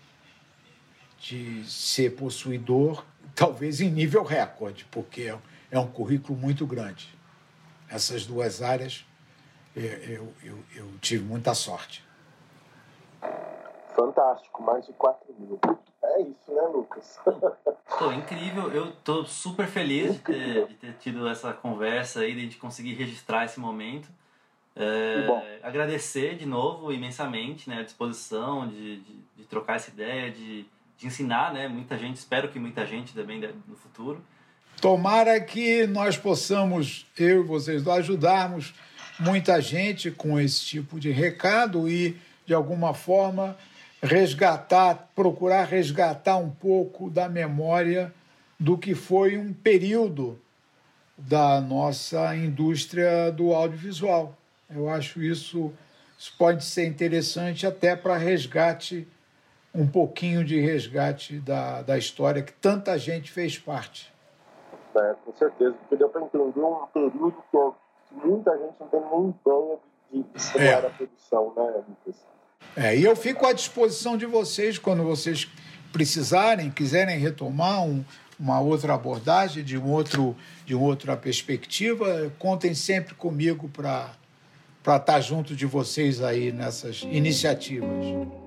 de ser possuidor, talvez em nível recorde, porque é um currículo muito grande. Essas duas áreas, eu, eu, eu tive muita sorte. Fantástico, mais de quatro mil. É isso, né, Lucas? Pô, incrível. Eu tô super feliz de ter, de ter tido essa conversa aí, de a gente conseguir registrar esse momento. É, agradecer de novo imensamente, né, a disposição de, de, de trocar essa ideia, de, de ensinar, né, muita gente, espero que muita gente também no futuro. Tomara que nós possamos, eu e vocês, ajudarmos muita gente com esse tipo de recado e, de alguma forma, resgatar, procurar resgatar um pouco da memória do que foi um período da nossa indústria do audiovisual. Eu acho isso, isso pode ser interessante até para resgate, um pouquinho de resgate da, da história que tanta gente fez parte. É, com certeza, porque deu para entender um período que muita gente não tem nem ideia de, de como era a produção, né, Lucas? É, e eu fico à disposição de vocês quando vocês precisarem, quiserem retomar um, uma outra abordagem, de, um outro, de uma outra perspectiva, contem sempre comigo para para estar junto de vocês aí nessas iniciativas.